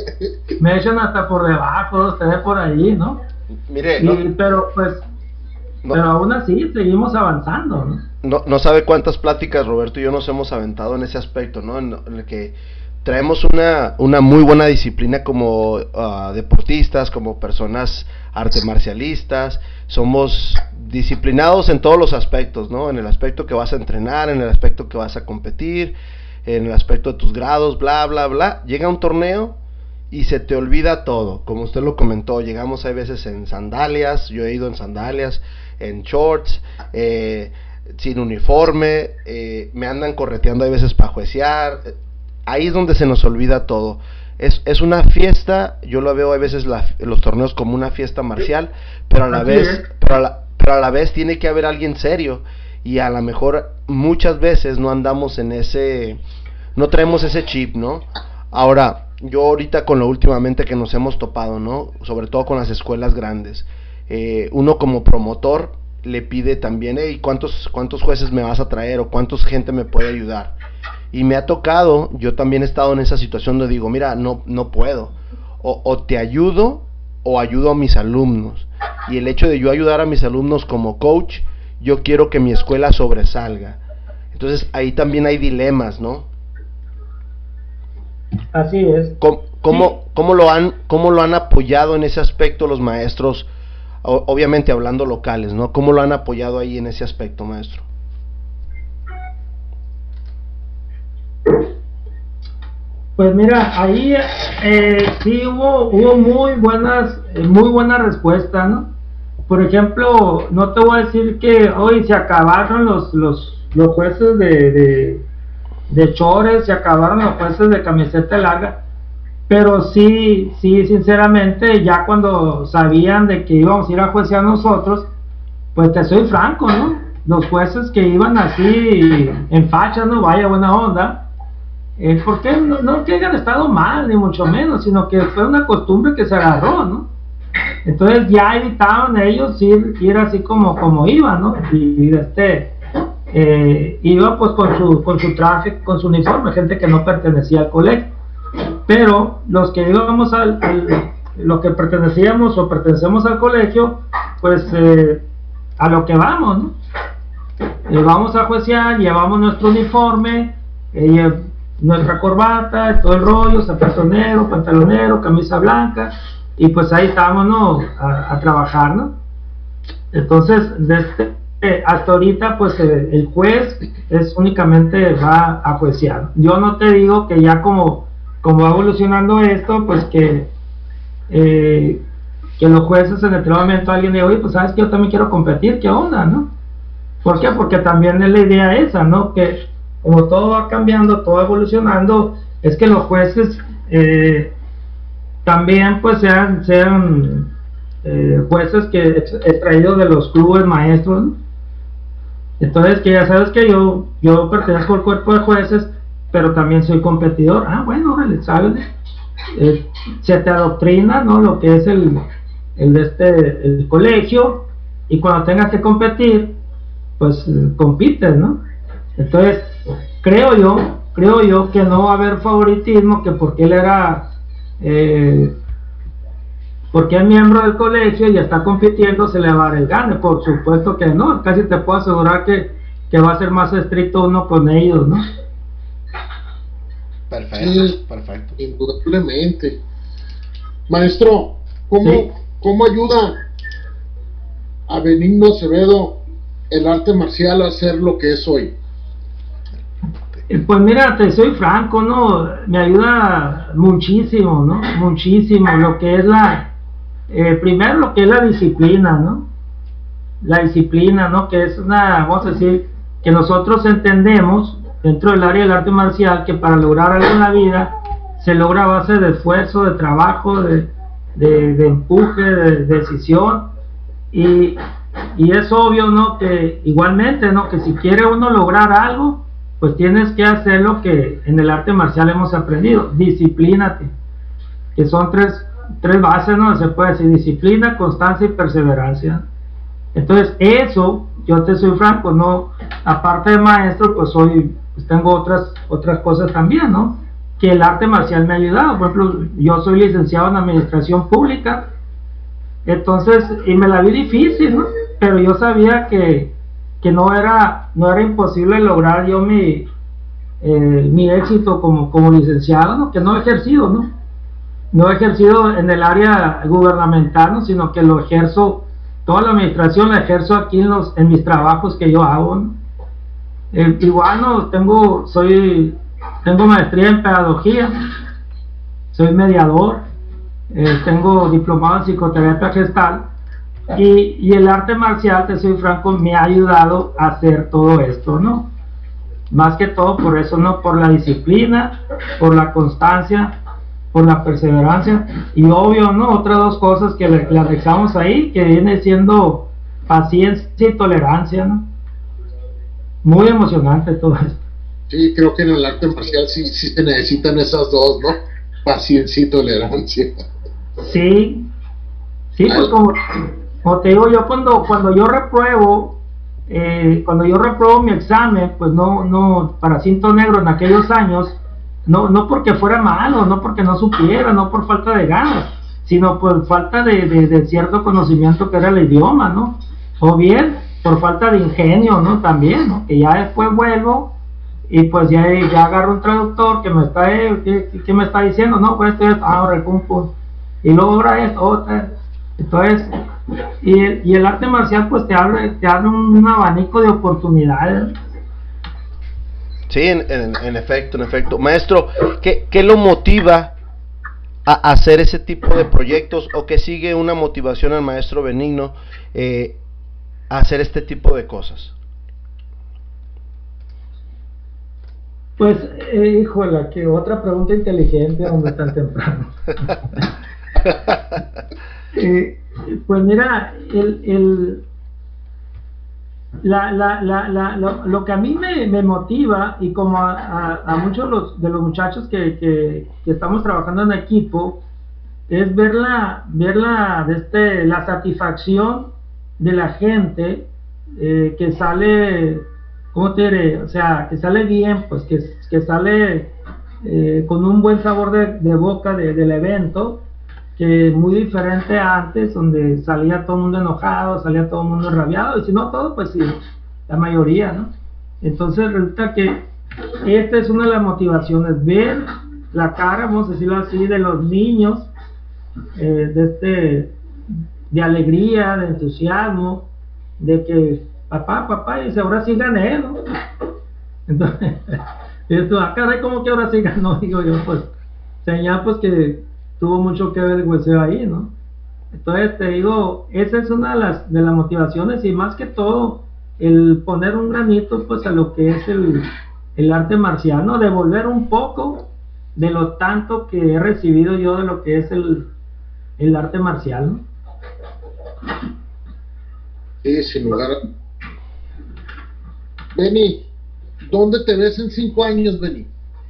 me echan hasta por debajo, ustedes por ahí, ¿no?
Mire,
y,
no,
pero pues, no, pero aún así seguimos avanzando, ¿no?
No, no sabe cuántas pláticas Roberto y yo nos hemos aventado en ese aspecto, ¿no? En, en el que traemos una, una muy buena disciplina como uh, deportistas, como personas arte marcialistas, somos disciplinados en todos los aspectos, ¿no? En el aspecto que vas a entrenar, en el aspecto que vas a competir, en el aspecto de tus grados, bla, bla, bla. Llega un torneo y se te olvida todo, como usted lo comentó, llegamos a veces en sandalias, yo he ido en sandalias, en shorts, eh, sin uniforme, eh, me andan correteando a veces para juecear. Ahí es donde se nos olvida todo. Es, es una fiesta, yo lo veo a veces la, los torneos como una fiesta marcial, pero a la vez, pero a la, pero a la vez tiene que haber alguien serio, y a lo mejor muchas veces no andamos en ese, no traemos ese chip, ¿no? Ahora, yo ahorita con lo últimamente que nos hemos topado, ¿no? Sobre todo con las escuelas grandes, eh, uno como promotor le pide también, hey, ¿cuántos, cuántos jueces me vas a traer? O ¿cuántos gente me puede ayudar? Y me ha tocado, yo también he estado en esa situación donde digo, mira, no, no puedo, o, o te ayudo, o ayudo a mis alumnos, y el hecho de yo ayudar a mis alumnos como coach, yo quiero que mi escuela sobresalga, entonces ahí también hay dilemas, ¿no?
Así es.
¿Cómo, cómo, sí. cómo, lo, han, cómo lo han apoyado en ese aspecto los maestros, o, obviamente hablando locales, ¿no? ¿Cómo lo han apoyado ahí en ese aspecto, maestro?
Pues mira, ahí eh, sí hubo, hubo muy buenas, eh, muy buena respuesta, ¿no? Por ejemplo, no te voy a decir que hoy se acabaron los, los, los jueces de, de, de chores, se acabaron los jueces de camiseta larga, pero sí, sí, sinceramente, ya cuando sabían de que íbamos a ir a juecear nosotros, pues te soy franco, ¿no? Los jueces que iban así en facha, ¿no? Vaya buena onda. Eh, porque no, no que hayan estado mal, ni mucho menos, sino que fue una costumbre que se agarró, ¿no? Entonces ya evitaban ellos ir, ir así como, como iban, ¿no? Y, y este, eh, iba pues con su, con su traje, con su uniforme, gente que no pertenecía al colegio. Pero los que íbamos al, al los que pertenecíamos o pertenecemos al colegio, pues eh, a lo que vamos, ¿no? Eh, vamos a juecear, llevamos nuestro uniforme, eh, nuestra corbata, todo el rollo, zapato negro, pantalonero, camisa blanca, y pues ahí estábamos, ¿no? a, a trabajar, ¿no? Entonces, desde, eh, hasta ahorita, pues eh, el juez es únicamente va a juecear. Yo no te digo que ya como, como va evolucionando esto, pues que eh, que los jueces en el momento alguien diga, oye, pues sabes que yo también quiero competir, ¿qué onda, no? ¿Por qué? Porque también es la idea esa, ¿no? Que como todo va cambiando, todo va evolucionando, es que los jueces eh, también pues sean, sean eh, jueces que extraídos de los clubes maestros, ¿no? Entonces que ya sabes que yo, yo pertenezco al cuerpo de jueces, pero también soy competidor. Ah, bueno, órale, ¿sabes? Eh, se te adoctrina, ¿no? Lo que es el, el, de este, el colegio, y cuando tengas que competir, pues eh, compites, ¿no? Entonces, creo yo, creo yo que no va a haber favoritismo, que porque él era, eh, porque es miembro del colegio y está compitiendo, se le va a dar el gane. Por supuesto que no, casi te puedo asegurar que, que va a ser más estricto uno con ellos, ¿no?
Perfecto,
Sí,
perfecto.
indudablemente. Maestro, ¿cómo,
Sí.
¿cómo ayuda a Benigno Acevedo el arte marcial a ser lo que es hoy?
Eh, Pues mira, te soy franco, ¿no? Me ayuda muchísimo, ¿no? Muchísimo lo que es la, eh, primero lo que es la disciplina, ¿no? La disciplina, ¿no? Que es una, vamos a decir, que nosotros entendemos dentro del área del arte marcial que para lograr algo en la vida se logra a base de esfuerzo, de trabajo, de, de, de empuje, de, de decisión, y, y es obvio, ¿no? Que igualmente, ¿no? Que si quiere uno lograr algo, pues tienes que hacer lo que en el arte marcial hemos aprendido: disciplínate, que son tres, tres bases, ¿no? Se puede decir disciplina, constancia y perseverancia. Entonces eso, yo te soy franco, no, aparte de maestro, pues soy, pues tengo otras, otras cosas también, ¿no? Que el arte marcial me ha ayudado. Por ejemplo, yo soy licenciado en administración pública, entonces, y me la vi difícil, ¿no? Pero yo sabía que, que no era, no era imposible lograr yo mi, eh, mi éxito como, como licenciado, ¿no? Que no he ejercido, ¿no? No he ejercido en el área gubernamental, ¿no? Sino que lo ejerzo, toda la administración la ejerzo aquí en los, en mis trabajos que yo hago, ¿no? Eh, igual, ¿no? Tengo, soy, tengo maestría en pedagogía, soy mediador, eh, tengo diplomado en psicoterapia gestal, y, y el arte marcial, te soy franco, me ha ayudado a hacer todo esto, ¿no? Más que todo por eso, ¿no? Por la disciplina, por la constancia, por la perseverancia, y obvio, ¿no? Otras dos cosas que le, le anexamos ahí, que viene siendo paciencia y tolerancia, ¿no? Muy emocionante todo esto.
Sí, creo que en el arte marcial sí, sí se necesitan esas dos, ¿no? Paciencia y tolerancia.
Sí, sí, pues como, como te digo, yo cuando, cuando yo repruebo, eh, cuando yo repruebo mi examen, pues no, no, para cinto negro en aquellos años, no, no porque fuera malo, no porque no supiera, no por falta de ganas, sino por falta de, de, de cierto conocimiento que era el idioma, ¿no? O bien por falta de ingenio, ¿no? También, ¿no? Que ya después vuelvo y pues ya, ya agarro un traductor que me está, eh, ¿qué, qué me está diciendo? No, pues esto es, ahora el pum pum, y luego ahora es otra. Entonces, y el, y el arte marcial pues te abre, te abre un, un abanico de oportunidades.
Sí, en, en, en efecto, en efecto. Maestro, ¿qué, qué lo motiva a hacer ese tipo de proyectos, o que sigue una motivación al maestro Benigno eh, a hacer este tipo de cosas?
Pues, eh, híjola, que otra pregunta inteligente, hombre, tan temprano. eh, pues mira, el, el, la, la, la, la, lo, lo que a mí me, me motiva, y como a, a, a muchos los, de los muchachos que, que, que estamos trabajando en equipo, es ver la, ver la, este, la satisfacción de la gente eh, que sale, ¿cómo te diré? O sea, que sale bien, pues que, que sale eh, con un buen sabor de, de boca de, del evento, que muy diferente a antes, donde salía todo el mundo enojado, salía todo el mundo enrabiado, y si no todo, pues sí, la mayoría, ¿no? Entonces resulta que esta es una de las motivaciones, ver la cara, vamos a decirlo así, de los niños, eh, de este, de alegría, de entusiasmo, de que papá, papá, y dice, ahora sí gané, ¿no? Entonces, y esto, ah, caray, ¿cómo que ahora sí ganó? Digo yo, pues, señal, pues que tuvo mucho que ver el hueseo ahí, ¿no? Entonces te digo, esa es una de las, de las motivaciones, y más que todo, el poner un granito, pues, a lo que es el, el arte marcial, ¿no? Devolver un poco de lo tanto que he recibido yo de lo que es el, el arte marcial, ¿no?
Sí, sin lugar a... Beni, ¿dónde te ves en cinco años, Beni?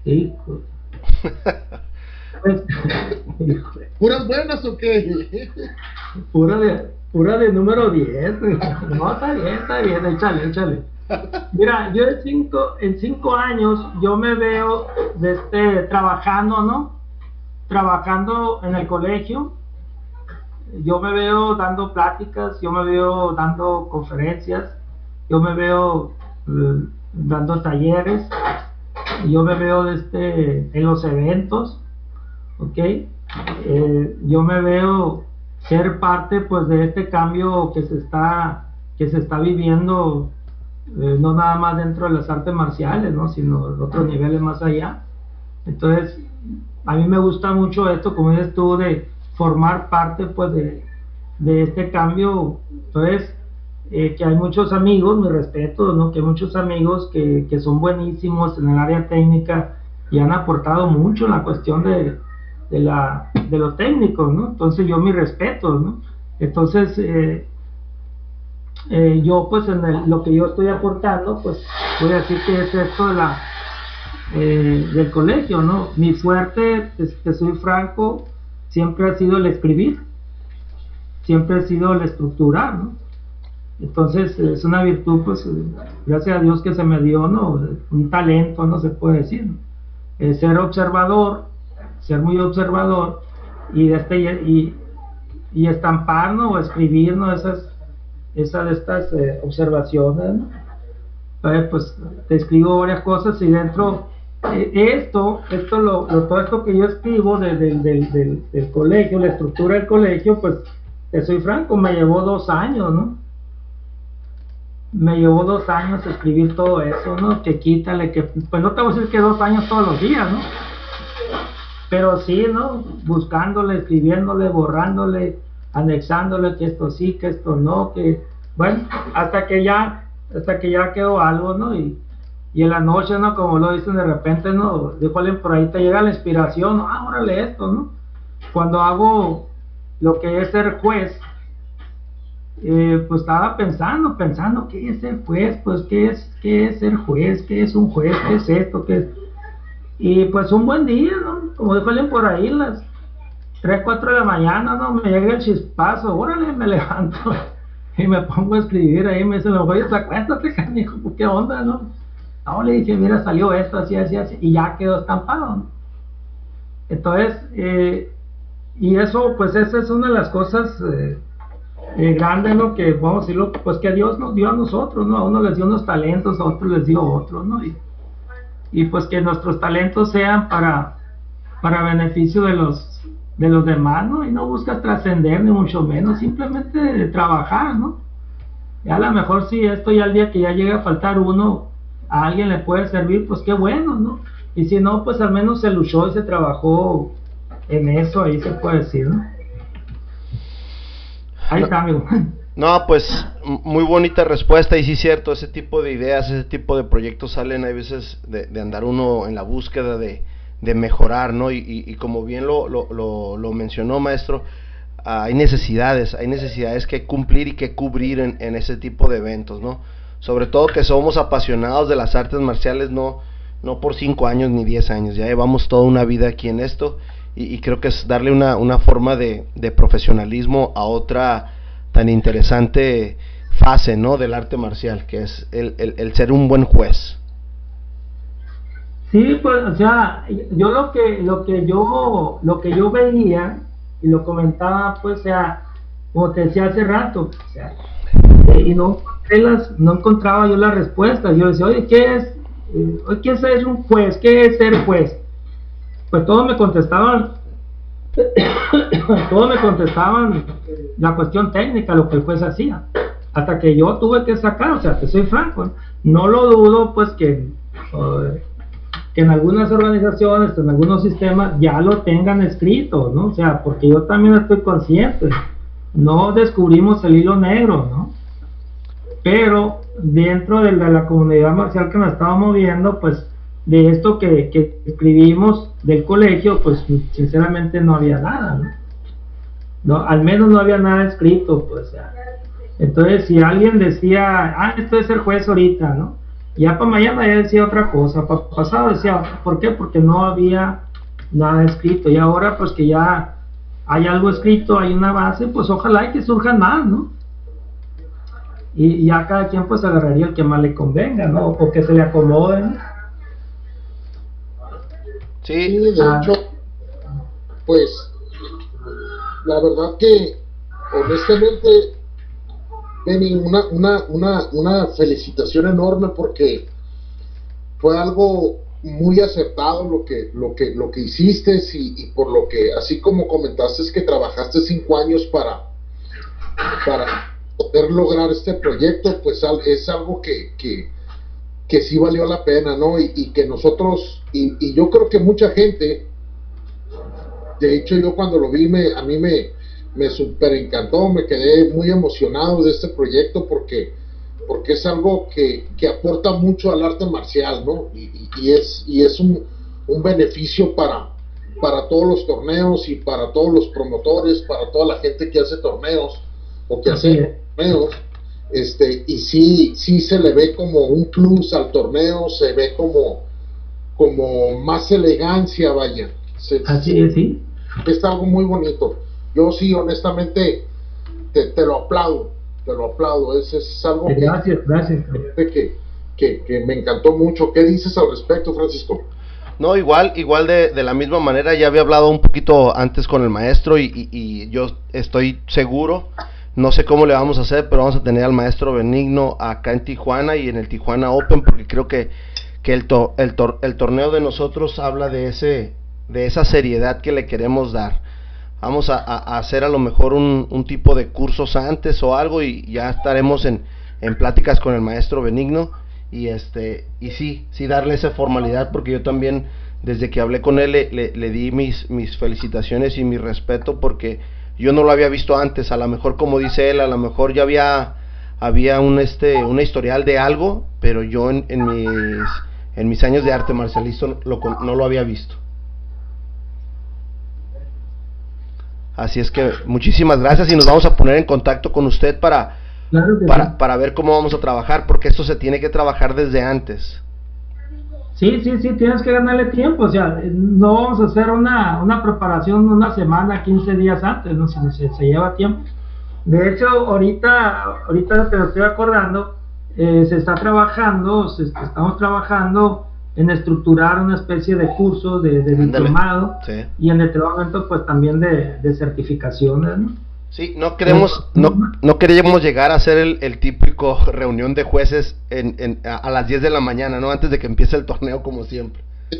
Hijo. Pues,
¿Puras buenas o qué?
pura de, pura de número diez. No, está bien, está bien, échale, échale. Mira, yo en cinco, en cinco años yo me veo de este, trabajando, ¿no? Trabajando en el colegio. Yo me veo dando pláticas, yo me veo dando conferencias, yo me veo eh, dando talleres, yo me veo de este, en los eventos, ¿ok? Eh, yo me veo ser parte pues de este cambio que se está, que se está viviendo, eh, no nada más dentro de las artes marciales, ¿no? Sino en otros niveles más allá. Entonces, a mí me gusta mucho esto, como dices tú, de formar parte pues de, de este cambio. Entonces, eh, que hay muchos amigos, mi respeto, ¿no? Que hay muchos amigos que, que son buenísimos en el área técnica y han aportado mucho en la cuestión de, de, la, de lo técnico, ¿no? Entonces yo mi respeto, ¿no? Entonces, eh, eh, yo pues en el, lo que yo estoy aportando, pues voy a decir que es esto de la, eh, del colegio, ¿no? Mi fuerte, te, te soy franco, siempre ha sido el escribir, siempre ha sido el estructurar, ¿no? Entonces es una virtud, pues gracias a Dios que se me dio, ¿no? Un talento, no se puede decir, ¿no? Eh, ser observador, ser muy observador y este y, y estampar, ¿no? O escribir, ¿no? Esas, esas de estas eh, observaciones, ¿no? Entonces, pues te escribo varias cosas y dentro eh, esto, esto lo, lo, todo esto que yo escribo de, de, de, de, del colegio, la estructura del colegio, pues te soy franco, me llevó dos años, ¿no? Me llevó dos años escribir todo eso, ¿no? Que quítale, que pues no te voy a decir que dos años todos los días, ¿no? Pero sí, ¿no? Buscándole, escribiéndole, borrándole, anexándole que esto sí, que esto no, que bueno, hasta que ya, hasta que ya quedó algo, ¿no? Y, y en la noche, ¿no? Como lo dicen de repente, ¿no? Dijo alguien por ahí, te llega la inspiración, ¿no? Ah, órale esto, ¿no? Cuando hago lo que es ser juez, eh, pues estaba pensando, pensando, ¿qué es ser juez? Pues, ¿qué es, qué es ser juez? ¿Qué es un juez? ¿Qué es esto? ¿Qué es? Y pues un buen día, ¿no? Como dijo alguien por ahí, las tres, cuatro de la mañana, ¿no? Me llega el chispazo, órale, me levanto y me pongo a escribir ahí, me dice, oye, acuéstate, canijo, ¿qué onda, no? No, le dije, mira, salió esto, así, así, así, y ya quedó estampado, ¿no? Entonces, eh, y eso, pues esa es una de las cosas eh, eh, grandes, ¿no? Que vamos a decirlo, pues que Dios nos dio a nosotros, ¿no? A uno les dio unos talentos, a otros les dio otros, ¿no? Y, y pues que nuestros talentos sean para, para beneficio de los, de los demás, ¿no? Y no buscas trascender, ni mucho menos, simplemente trabajar, ¿no? Y a lo mejor si esto ya el día que ya llega a faltar uno, a alguien le puede servir, pues qué bueno, ¿no? Y si no, pues al menos se luchó y se trabajó en eso, ahí se puede decir, ¿no? Ahí
no,
está, amigo.
No, pues muy bonita respuesta, y sí es cierto, ese tipo de ideas, ese tipo de proyectos salen, hay veces de, de andar uno en la búsqueda de, de mejorar, ¿no? Y, y, y como bien lo, lo, lo, lo mencionó, maestro, uh, hay necesidades, hay necesidades que cumplir y que cubrir en, en ese tipo de eventos, ¿no? Sobre todo que somos apasionados de las artes marciales, no, no por cinco años ni diez años, ya llevamos toda una vida aquí en esto, y, y creo que es darle una, una forma de, de profesionalismo a otra tan interesante fase, ¿no? Del arte marcial, que es el, el, el ser un buen juez.
Sí, pues, o sea, yo lo que, lo que yo, lo que yo veía, y lo comentaba, pues, o sea, como te decía hace rato, o sea, eh, y no, las, no encontraba yo la respuesta. Yo decía, oye, ¿qué es? Eh, ¿qué es ser un juez? ¿Qué es ser juez? Pues todos me contestaban, todos me contestaban la cuestión técnica, lo que el juez hacía, hasta que yo tuve que sacar, o sea, te soy franco, no lo dudo, pues que, uh, que en algunas organizaciones, en algunos sistemas ya lo tengan escrito, ¿no? O sea, porque yo también estoy consciente, no descubrimos el hilo negro, ¿no? Pero dentro de la, la comunidad marcial que nos estaba moviendo, pues de esto que, que escribimos del colegio, pues sinceramente no había nada, ¿no? No, al menos no había nada escrito, pues. Entonces, si alguien decía, ah, esto es ser juez ahorita, ¿no? Ya para mañana ya decía otra cosa, para pasado decía otra. ¿Por qué? Porque no había nada escrito. Y ahora pues que ya hay algo escrito, hay una base, pues ojalá y que surjan más, ¿no? Y, y ya cada quien pues agarraría el que más le convenga, ¿no? O que se le acomode, ¿no?
Sí,
Sí,
de
Ah.
hecho, pues la verdad que honestamente, Benny, una, una, una, una felicitación enorme porque fue algo muy acertado lo que, lo que, lo que hiciste y, y por lo que, así como comentaste, es que trabajaste cinco años para, para poder lograr este proyecto, pues al- es algo que, que, que sí valió la pena, ¿no? Y, y que nosotros, y, y yo creo que mucha gente, de hecho yo cuando lo vi, me, a mí me, me super encantó, me quedé muy emocionado de este proyecto porque, porque es algo que, que aporta mucho al arte marcial, ¿no? Y, y, y es, y es un, un beneficio para, para todos los torneos y para todos los promotores, para toda la gente que hace torneos o que
Así es.
hace torneos. Este, y sí, sí se le ve como un plus al torneo, se ve como, como más elegancia, vaya. Se,
Así es, sí.
es algo muy bonito. Yo sí, honestamente, te, te lo aplaudo, te lo aplaudo. Es, es algo que,
Gracias, gracias.
que, que, que me encantó mucho. ¿Qué dices al respecto, Francisco?
No, igual, igual de, de la misma manera, ya había hablado un poquito antes con el maestro y, y, y yo estoy seguro, no sé cómo le vamos a hacer, pero vamos a tener al maestro Benigno acá en Tijuana y en el Tijuana Open, porque creo que, que el, to, el, tor, el torneo de nosotros habla de ese de esa seriedad que le queremos dar. Vamos a, a, a hacer a lo mejor un, un tipo de cursos antes o algo y ya estaremos en, en pláticas con el maestro Benigno y este y sí, sí darle esa formalidad, porque yo también desde que hablé con él le, le, le di mis, mis felicitaciones y mi respeto, porque yo no lo había visto antes. A lo mejor, como dice él, a lo mejor ya había había un este una historial de algo, pero yo en, en mis en mis años de arte marcialista lo, no lo había visto. Así es que muchísimas gracias y nos vamos a poner en contacto con usted para
Claro que
para,
sí.
para ver cómo vamos a trabajar, porque esto se tiene que trabajar desde antes.
Sí, sí, sí, tienes que ganarle tiempo, o sea, no vamos a hacer una, una preparación una semana, quince días antes, no se, se, se lleva tiempo. De hecho, ahorita, ahorita te lo estoy acordando, eh, se está trabajando, se, estamos trabajando en estructurar una especie de curso de, de diplomado,
sí.
Y en el momento pues también de, de certificaciones, ¿no?
Sí, no queremos, no, no queremos llegar a hacer el, el típico reunión de jueces en, en, a, a las diez de la mañana, ¿no? Antes de que empiece el torneo, como siempre.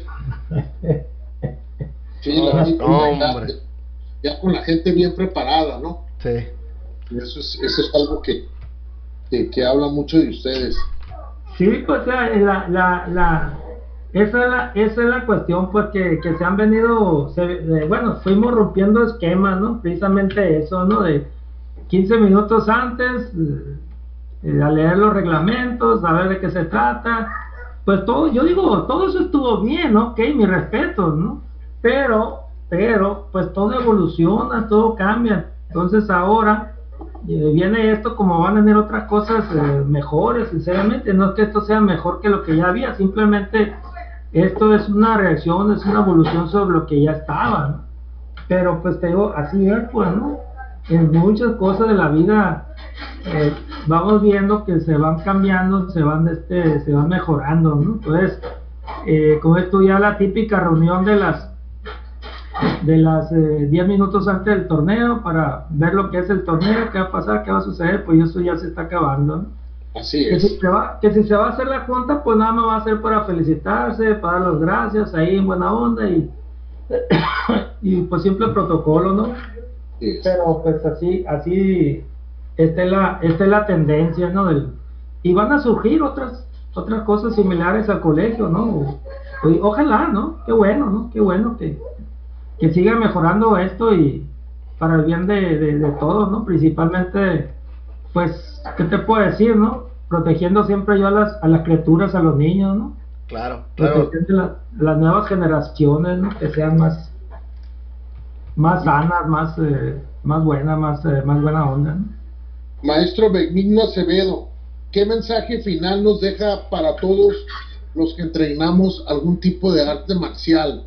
Sí,
no,
la,
no,
ya,
hombre.
ya con la gente bien preparada, ¿no?
Sí.
Y eso es, eso es algo que, que, que habla mucho de ustedes.
Sí, pues la, la, la, la esa, es la, esa es la cuestión, pues que, que se han venido, se, de, bueno, fuimos rompiendo esquemas, ¿no? Precisamente eso, ¿no? De quince minutos antes, eh, a leer los reglamentos, a ver de qué se trata, pues todo, yo digo, todo eso estuvo bien, ¿no? Ok, mi respeto, ¿no? Pero, pero, pues todo evoluciona, todo cambia, entonces ahora eh, viene esto como van a venir otras cosas eh, mejores, sinceramente, no es que esto sea mejor que lo que ya había, simplemente esto es una reacción, es una evolución sobre lo que ya estaba, ¿no? Pero pues te digo, así es, pues, ¿no? En muchas cosas de la vida eh, vamos viendo que se van cambiando, se van este, se van mejorando, ¿no? Entonces, eh, como esto ya la típica reunión de las de las eh, diez minutos antes del torneo para ver lo que es el torneo, qué va a pasar, qué va a suceder, pues eso ya se está acabando, ¿no?
Así
Que
es.
si, se va, que si se va a hacer la junta, pues nada más va a ser para felicitarse, para dar las gracias, ahí en buena onda y, y pues simple protocolo, ¿no?
Sí,
Pero pues así, así, esta es la, esta es la tendencia, ¿no? Del, y van a surgir otras, otras cosas similares al colegio, ¿no? O, o, ojalá, ¿no? Qué bueno, ¿no? Qué bueno que, que siga mejorando esto y para el bien de, de, de todos, ¿no? Principalmente, pues, ¿qué te puedo decir, no? Protegiendo siempre yo a las, a las criaturas, a los niños, ¿no?
Claro, claro.
Protegiendo la, las nuevas generaciones, ¿no? Que sean más, más sanas, más, eh, más buenas, más, eh, más buena onda, ¿no?
Maestro Benigno Acevedo, ¿qué mensaje final nos deja para todos los que entrenamos algún tipo de arte marcial?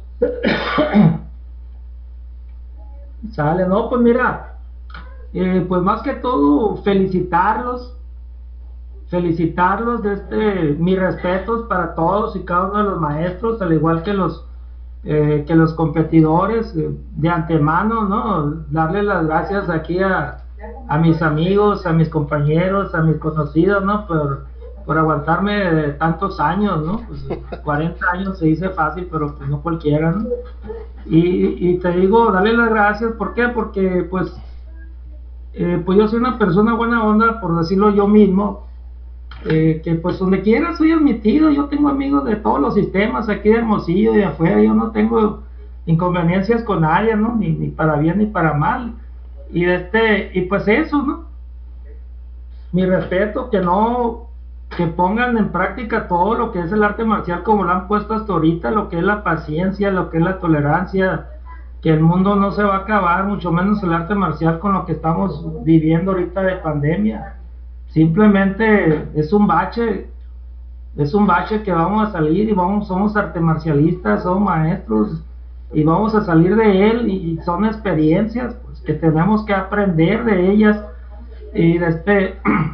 Sale, no, pues mira, eh, pues más que todo felicitarlos, felicitarlos de este, mis respetos para todos y cada uno de los maestros, al igual que los eh, que los competidores, eh, de antemano, ¿no? Darle las gracias aquí a, a mis amigos, a mis compañeros, a mis conocidos, ¿no? Por, por aguantarme tantos años, ¿no? Pues cuarenta años se dice fácil, pero pues no cualquiera, ¿no? Y, y te digo, darle las gracias, ¿por qué? Porque pues, eh, pues yo soy una persona buena onda, por decirlo yo mismo, eh, que pues donde quiera soy admitido, yo tengo amigos de todos los sistemas, aquí de Hermosillo y de afuera, yo no tengo inconveniencias con nadie, ¿no? Ni, ni para bien ni para mal, y este, y pues eso, ¿no? Mi respeto, que no, que pongan en práctica todo lo que es el arte marcial como lo han puesto hasta ahorita, lo que es la paciencia, lo que es la tolerancia, que el mundo no se va a acabar, mucho menos el arte marcial con lo que estamos viviendo ahorita de pandemia. Simplemente es un bache, es un bache que vamos a salir y vamos, somos arte marcialistas, somos maestros y vamos a salir de él, y son experiencias pues que tenemos que aprender de ellas, y de este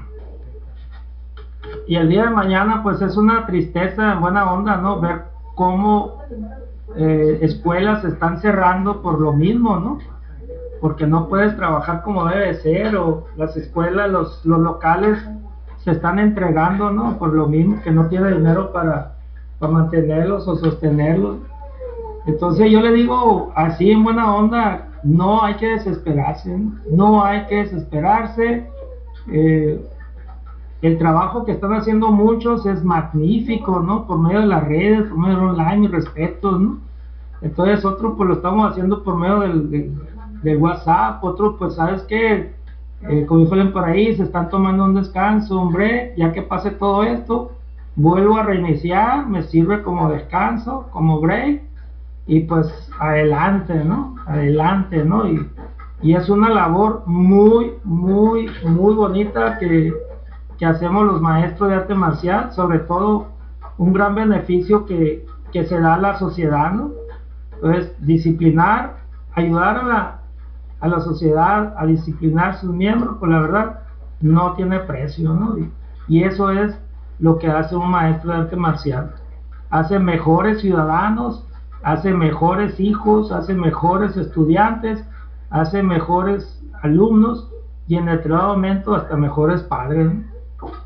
y el día de mañana pues es una tristeza en buena onda, ¿no? Ver cómo eh, escuelas se están cerrando por lo mismo, ¿no? Porque no puedes trabajar como debe ser, o las escuelas, los, los locales se están entregando, ¿no? Por lo mismo que no tiene dinero para, para mantenerlos o sostenerlos. Entonces yo le digo así en buena onda, no hay que desesperarse, no, no hay que desesperarse. eh, El trabajo que están haciendo muchos es magnífico, ¿no? Por medio de las redes, por medio de online, mis respetos, ¿no? Entonces otros pues lo estamos haciendo por medio del, del, del WhatsApp, otros pues sabes que, eh, como dijeron por ahí, se están tomando un descanso, un break, ya que pase todo esto, vuelvo a reiniciar, me sirve como descanso, como break, y pues adelante, ¿no? Adelante, ¿no? Y, y es una labor muy, muy, muy bonita que que hacemos los maestros de arte marcial, sobre todo un gran beneficio que, que se da a la sociedad, ¿no? Entonces, disciplinar, ayudar a la, a la sociedad a disciplinar sus miembros, pues la verdad no tiene precio, ¿no? Y, y eso es lo que hace un maestro de arte marcial. Hace mejores ciudadanos, hace mejores hijos, hace mejores estudiantes, hace mejores alumnos, y en determinado momento hasta mejores padres, ¿no?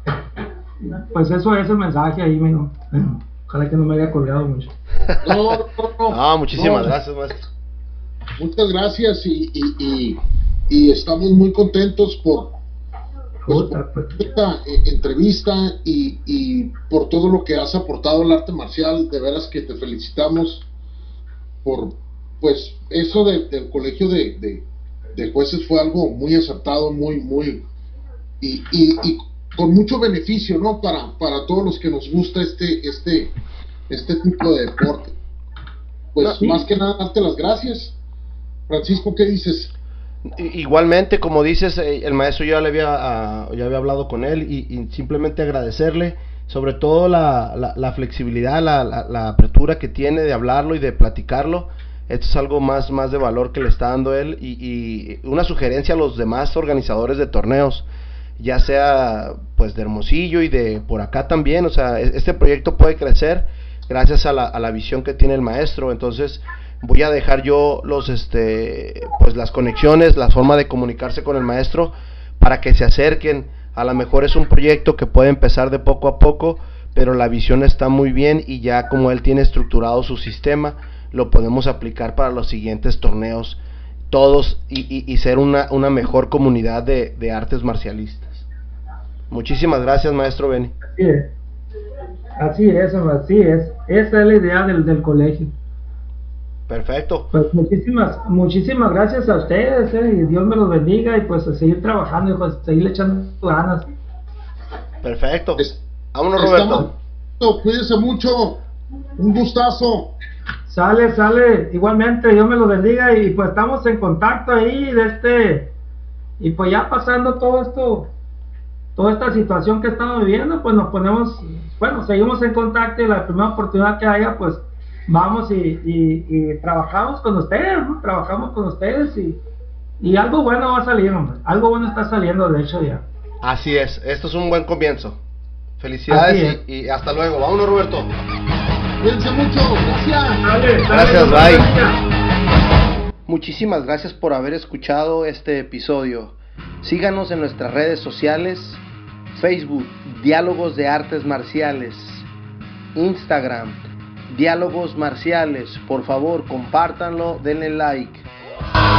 Pues eso es el mensaje ahí, amigo. Ojalá que no me haya colgado mucho.
No, no, no.
Ah, muchísimas
no.
gracias, maestro.
Muchas gracias, y, y, y, y estamos muy contentos por, pues,
Puta,
por
pues.
esta eh, entrevista, y, y por todo lo que has aportado al arte marcial. De veras que te felicitamos por, pues, eso de, del colegio de, de, de jueces fue algo muy acertado, muy, muy, y, y, y con mucho beneficio, ¿no? Para, para todos los que nos gusta este, este, este tipo de deporte. Pues
Sí.
más que nada, darte las gracias. Francisco, ¿qué dices?
I- Igualmente, como dices, eh, el maestro ya le había, ah, ya había hablado con él, y, y simplemente agradecerle, sobre todo la, la, la flexibilidad, la, la, la apertura que tiene de hablarlo y de platicarlo. Esto es algo más, más de valor que le está dando él, y, y una sugerencia a los demás organizadores de torneos, ya sea pues de Hermosillo y de por acá también. O sea, este proyecto puede crecer gracias a la, a la visión que tiene el maestro. Entonces voy a dejar yo los este pues las conexiones, la forma de comunicarse con el maestro, para que se acerquen. A lo mejor es un proyecto que puede empezar de poco a poco, pero la visión está muy bien, y ya como él tiene estructurado su sistema, lo podemos aplicar para los siguientes torneos todos, y, y, y ser una, una mejor comunidad de, de artes marcialistas. Muchísimas gracias, maestro Benny.
Así es, así es, así es. Esa es la idea del, del colegio.
Perfecto.
Pues muchísimas, muchísimas gracias a ustedes, eh, y Dios me los bendiga, y pues a seguir trabajando, y pues a seguirle echando ganas.
Perfecto.
Es-
Vámonos,
Estamos-
Roberto.
Cuídense mucho. Un gustazo.
Sale, sale, igualmente, Dios me los bendiga, y pues estamos en contacto ahí de este, y pues ya pasando todo esto, toda esta situación que estamos viviendo, pues nos ponemos, bueno, seguimos en contacto y la primera oportunidad que haya, pues vamos y, y, y trabajamos con ustedes, ¿no? Trabajamos con ustedes y, y algo bueno va a salir, hombre. Algo bueno está saliendo, de hecho, ya.
Así es, esto es un buen comienzo. Felicidades y, y hasta luego. Vámonos, Roberto.
Cuídense mucho, gracias.
Dale, dale,
Gracias,
dale,
bye.
gracias.
Muchísimas gracias por haber escuchado este episodio. Síganos en nuestras redes sociales, Facebook, Diálogos de Artes Marciales, Instagram, Diálogos Marciales. Por favor, compártanlo, denle like.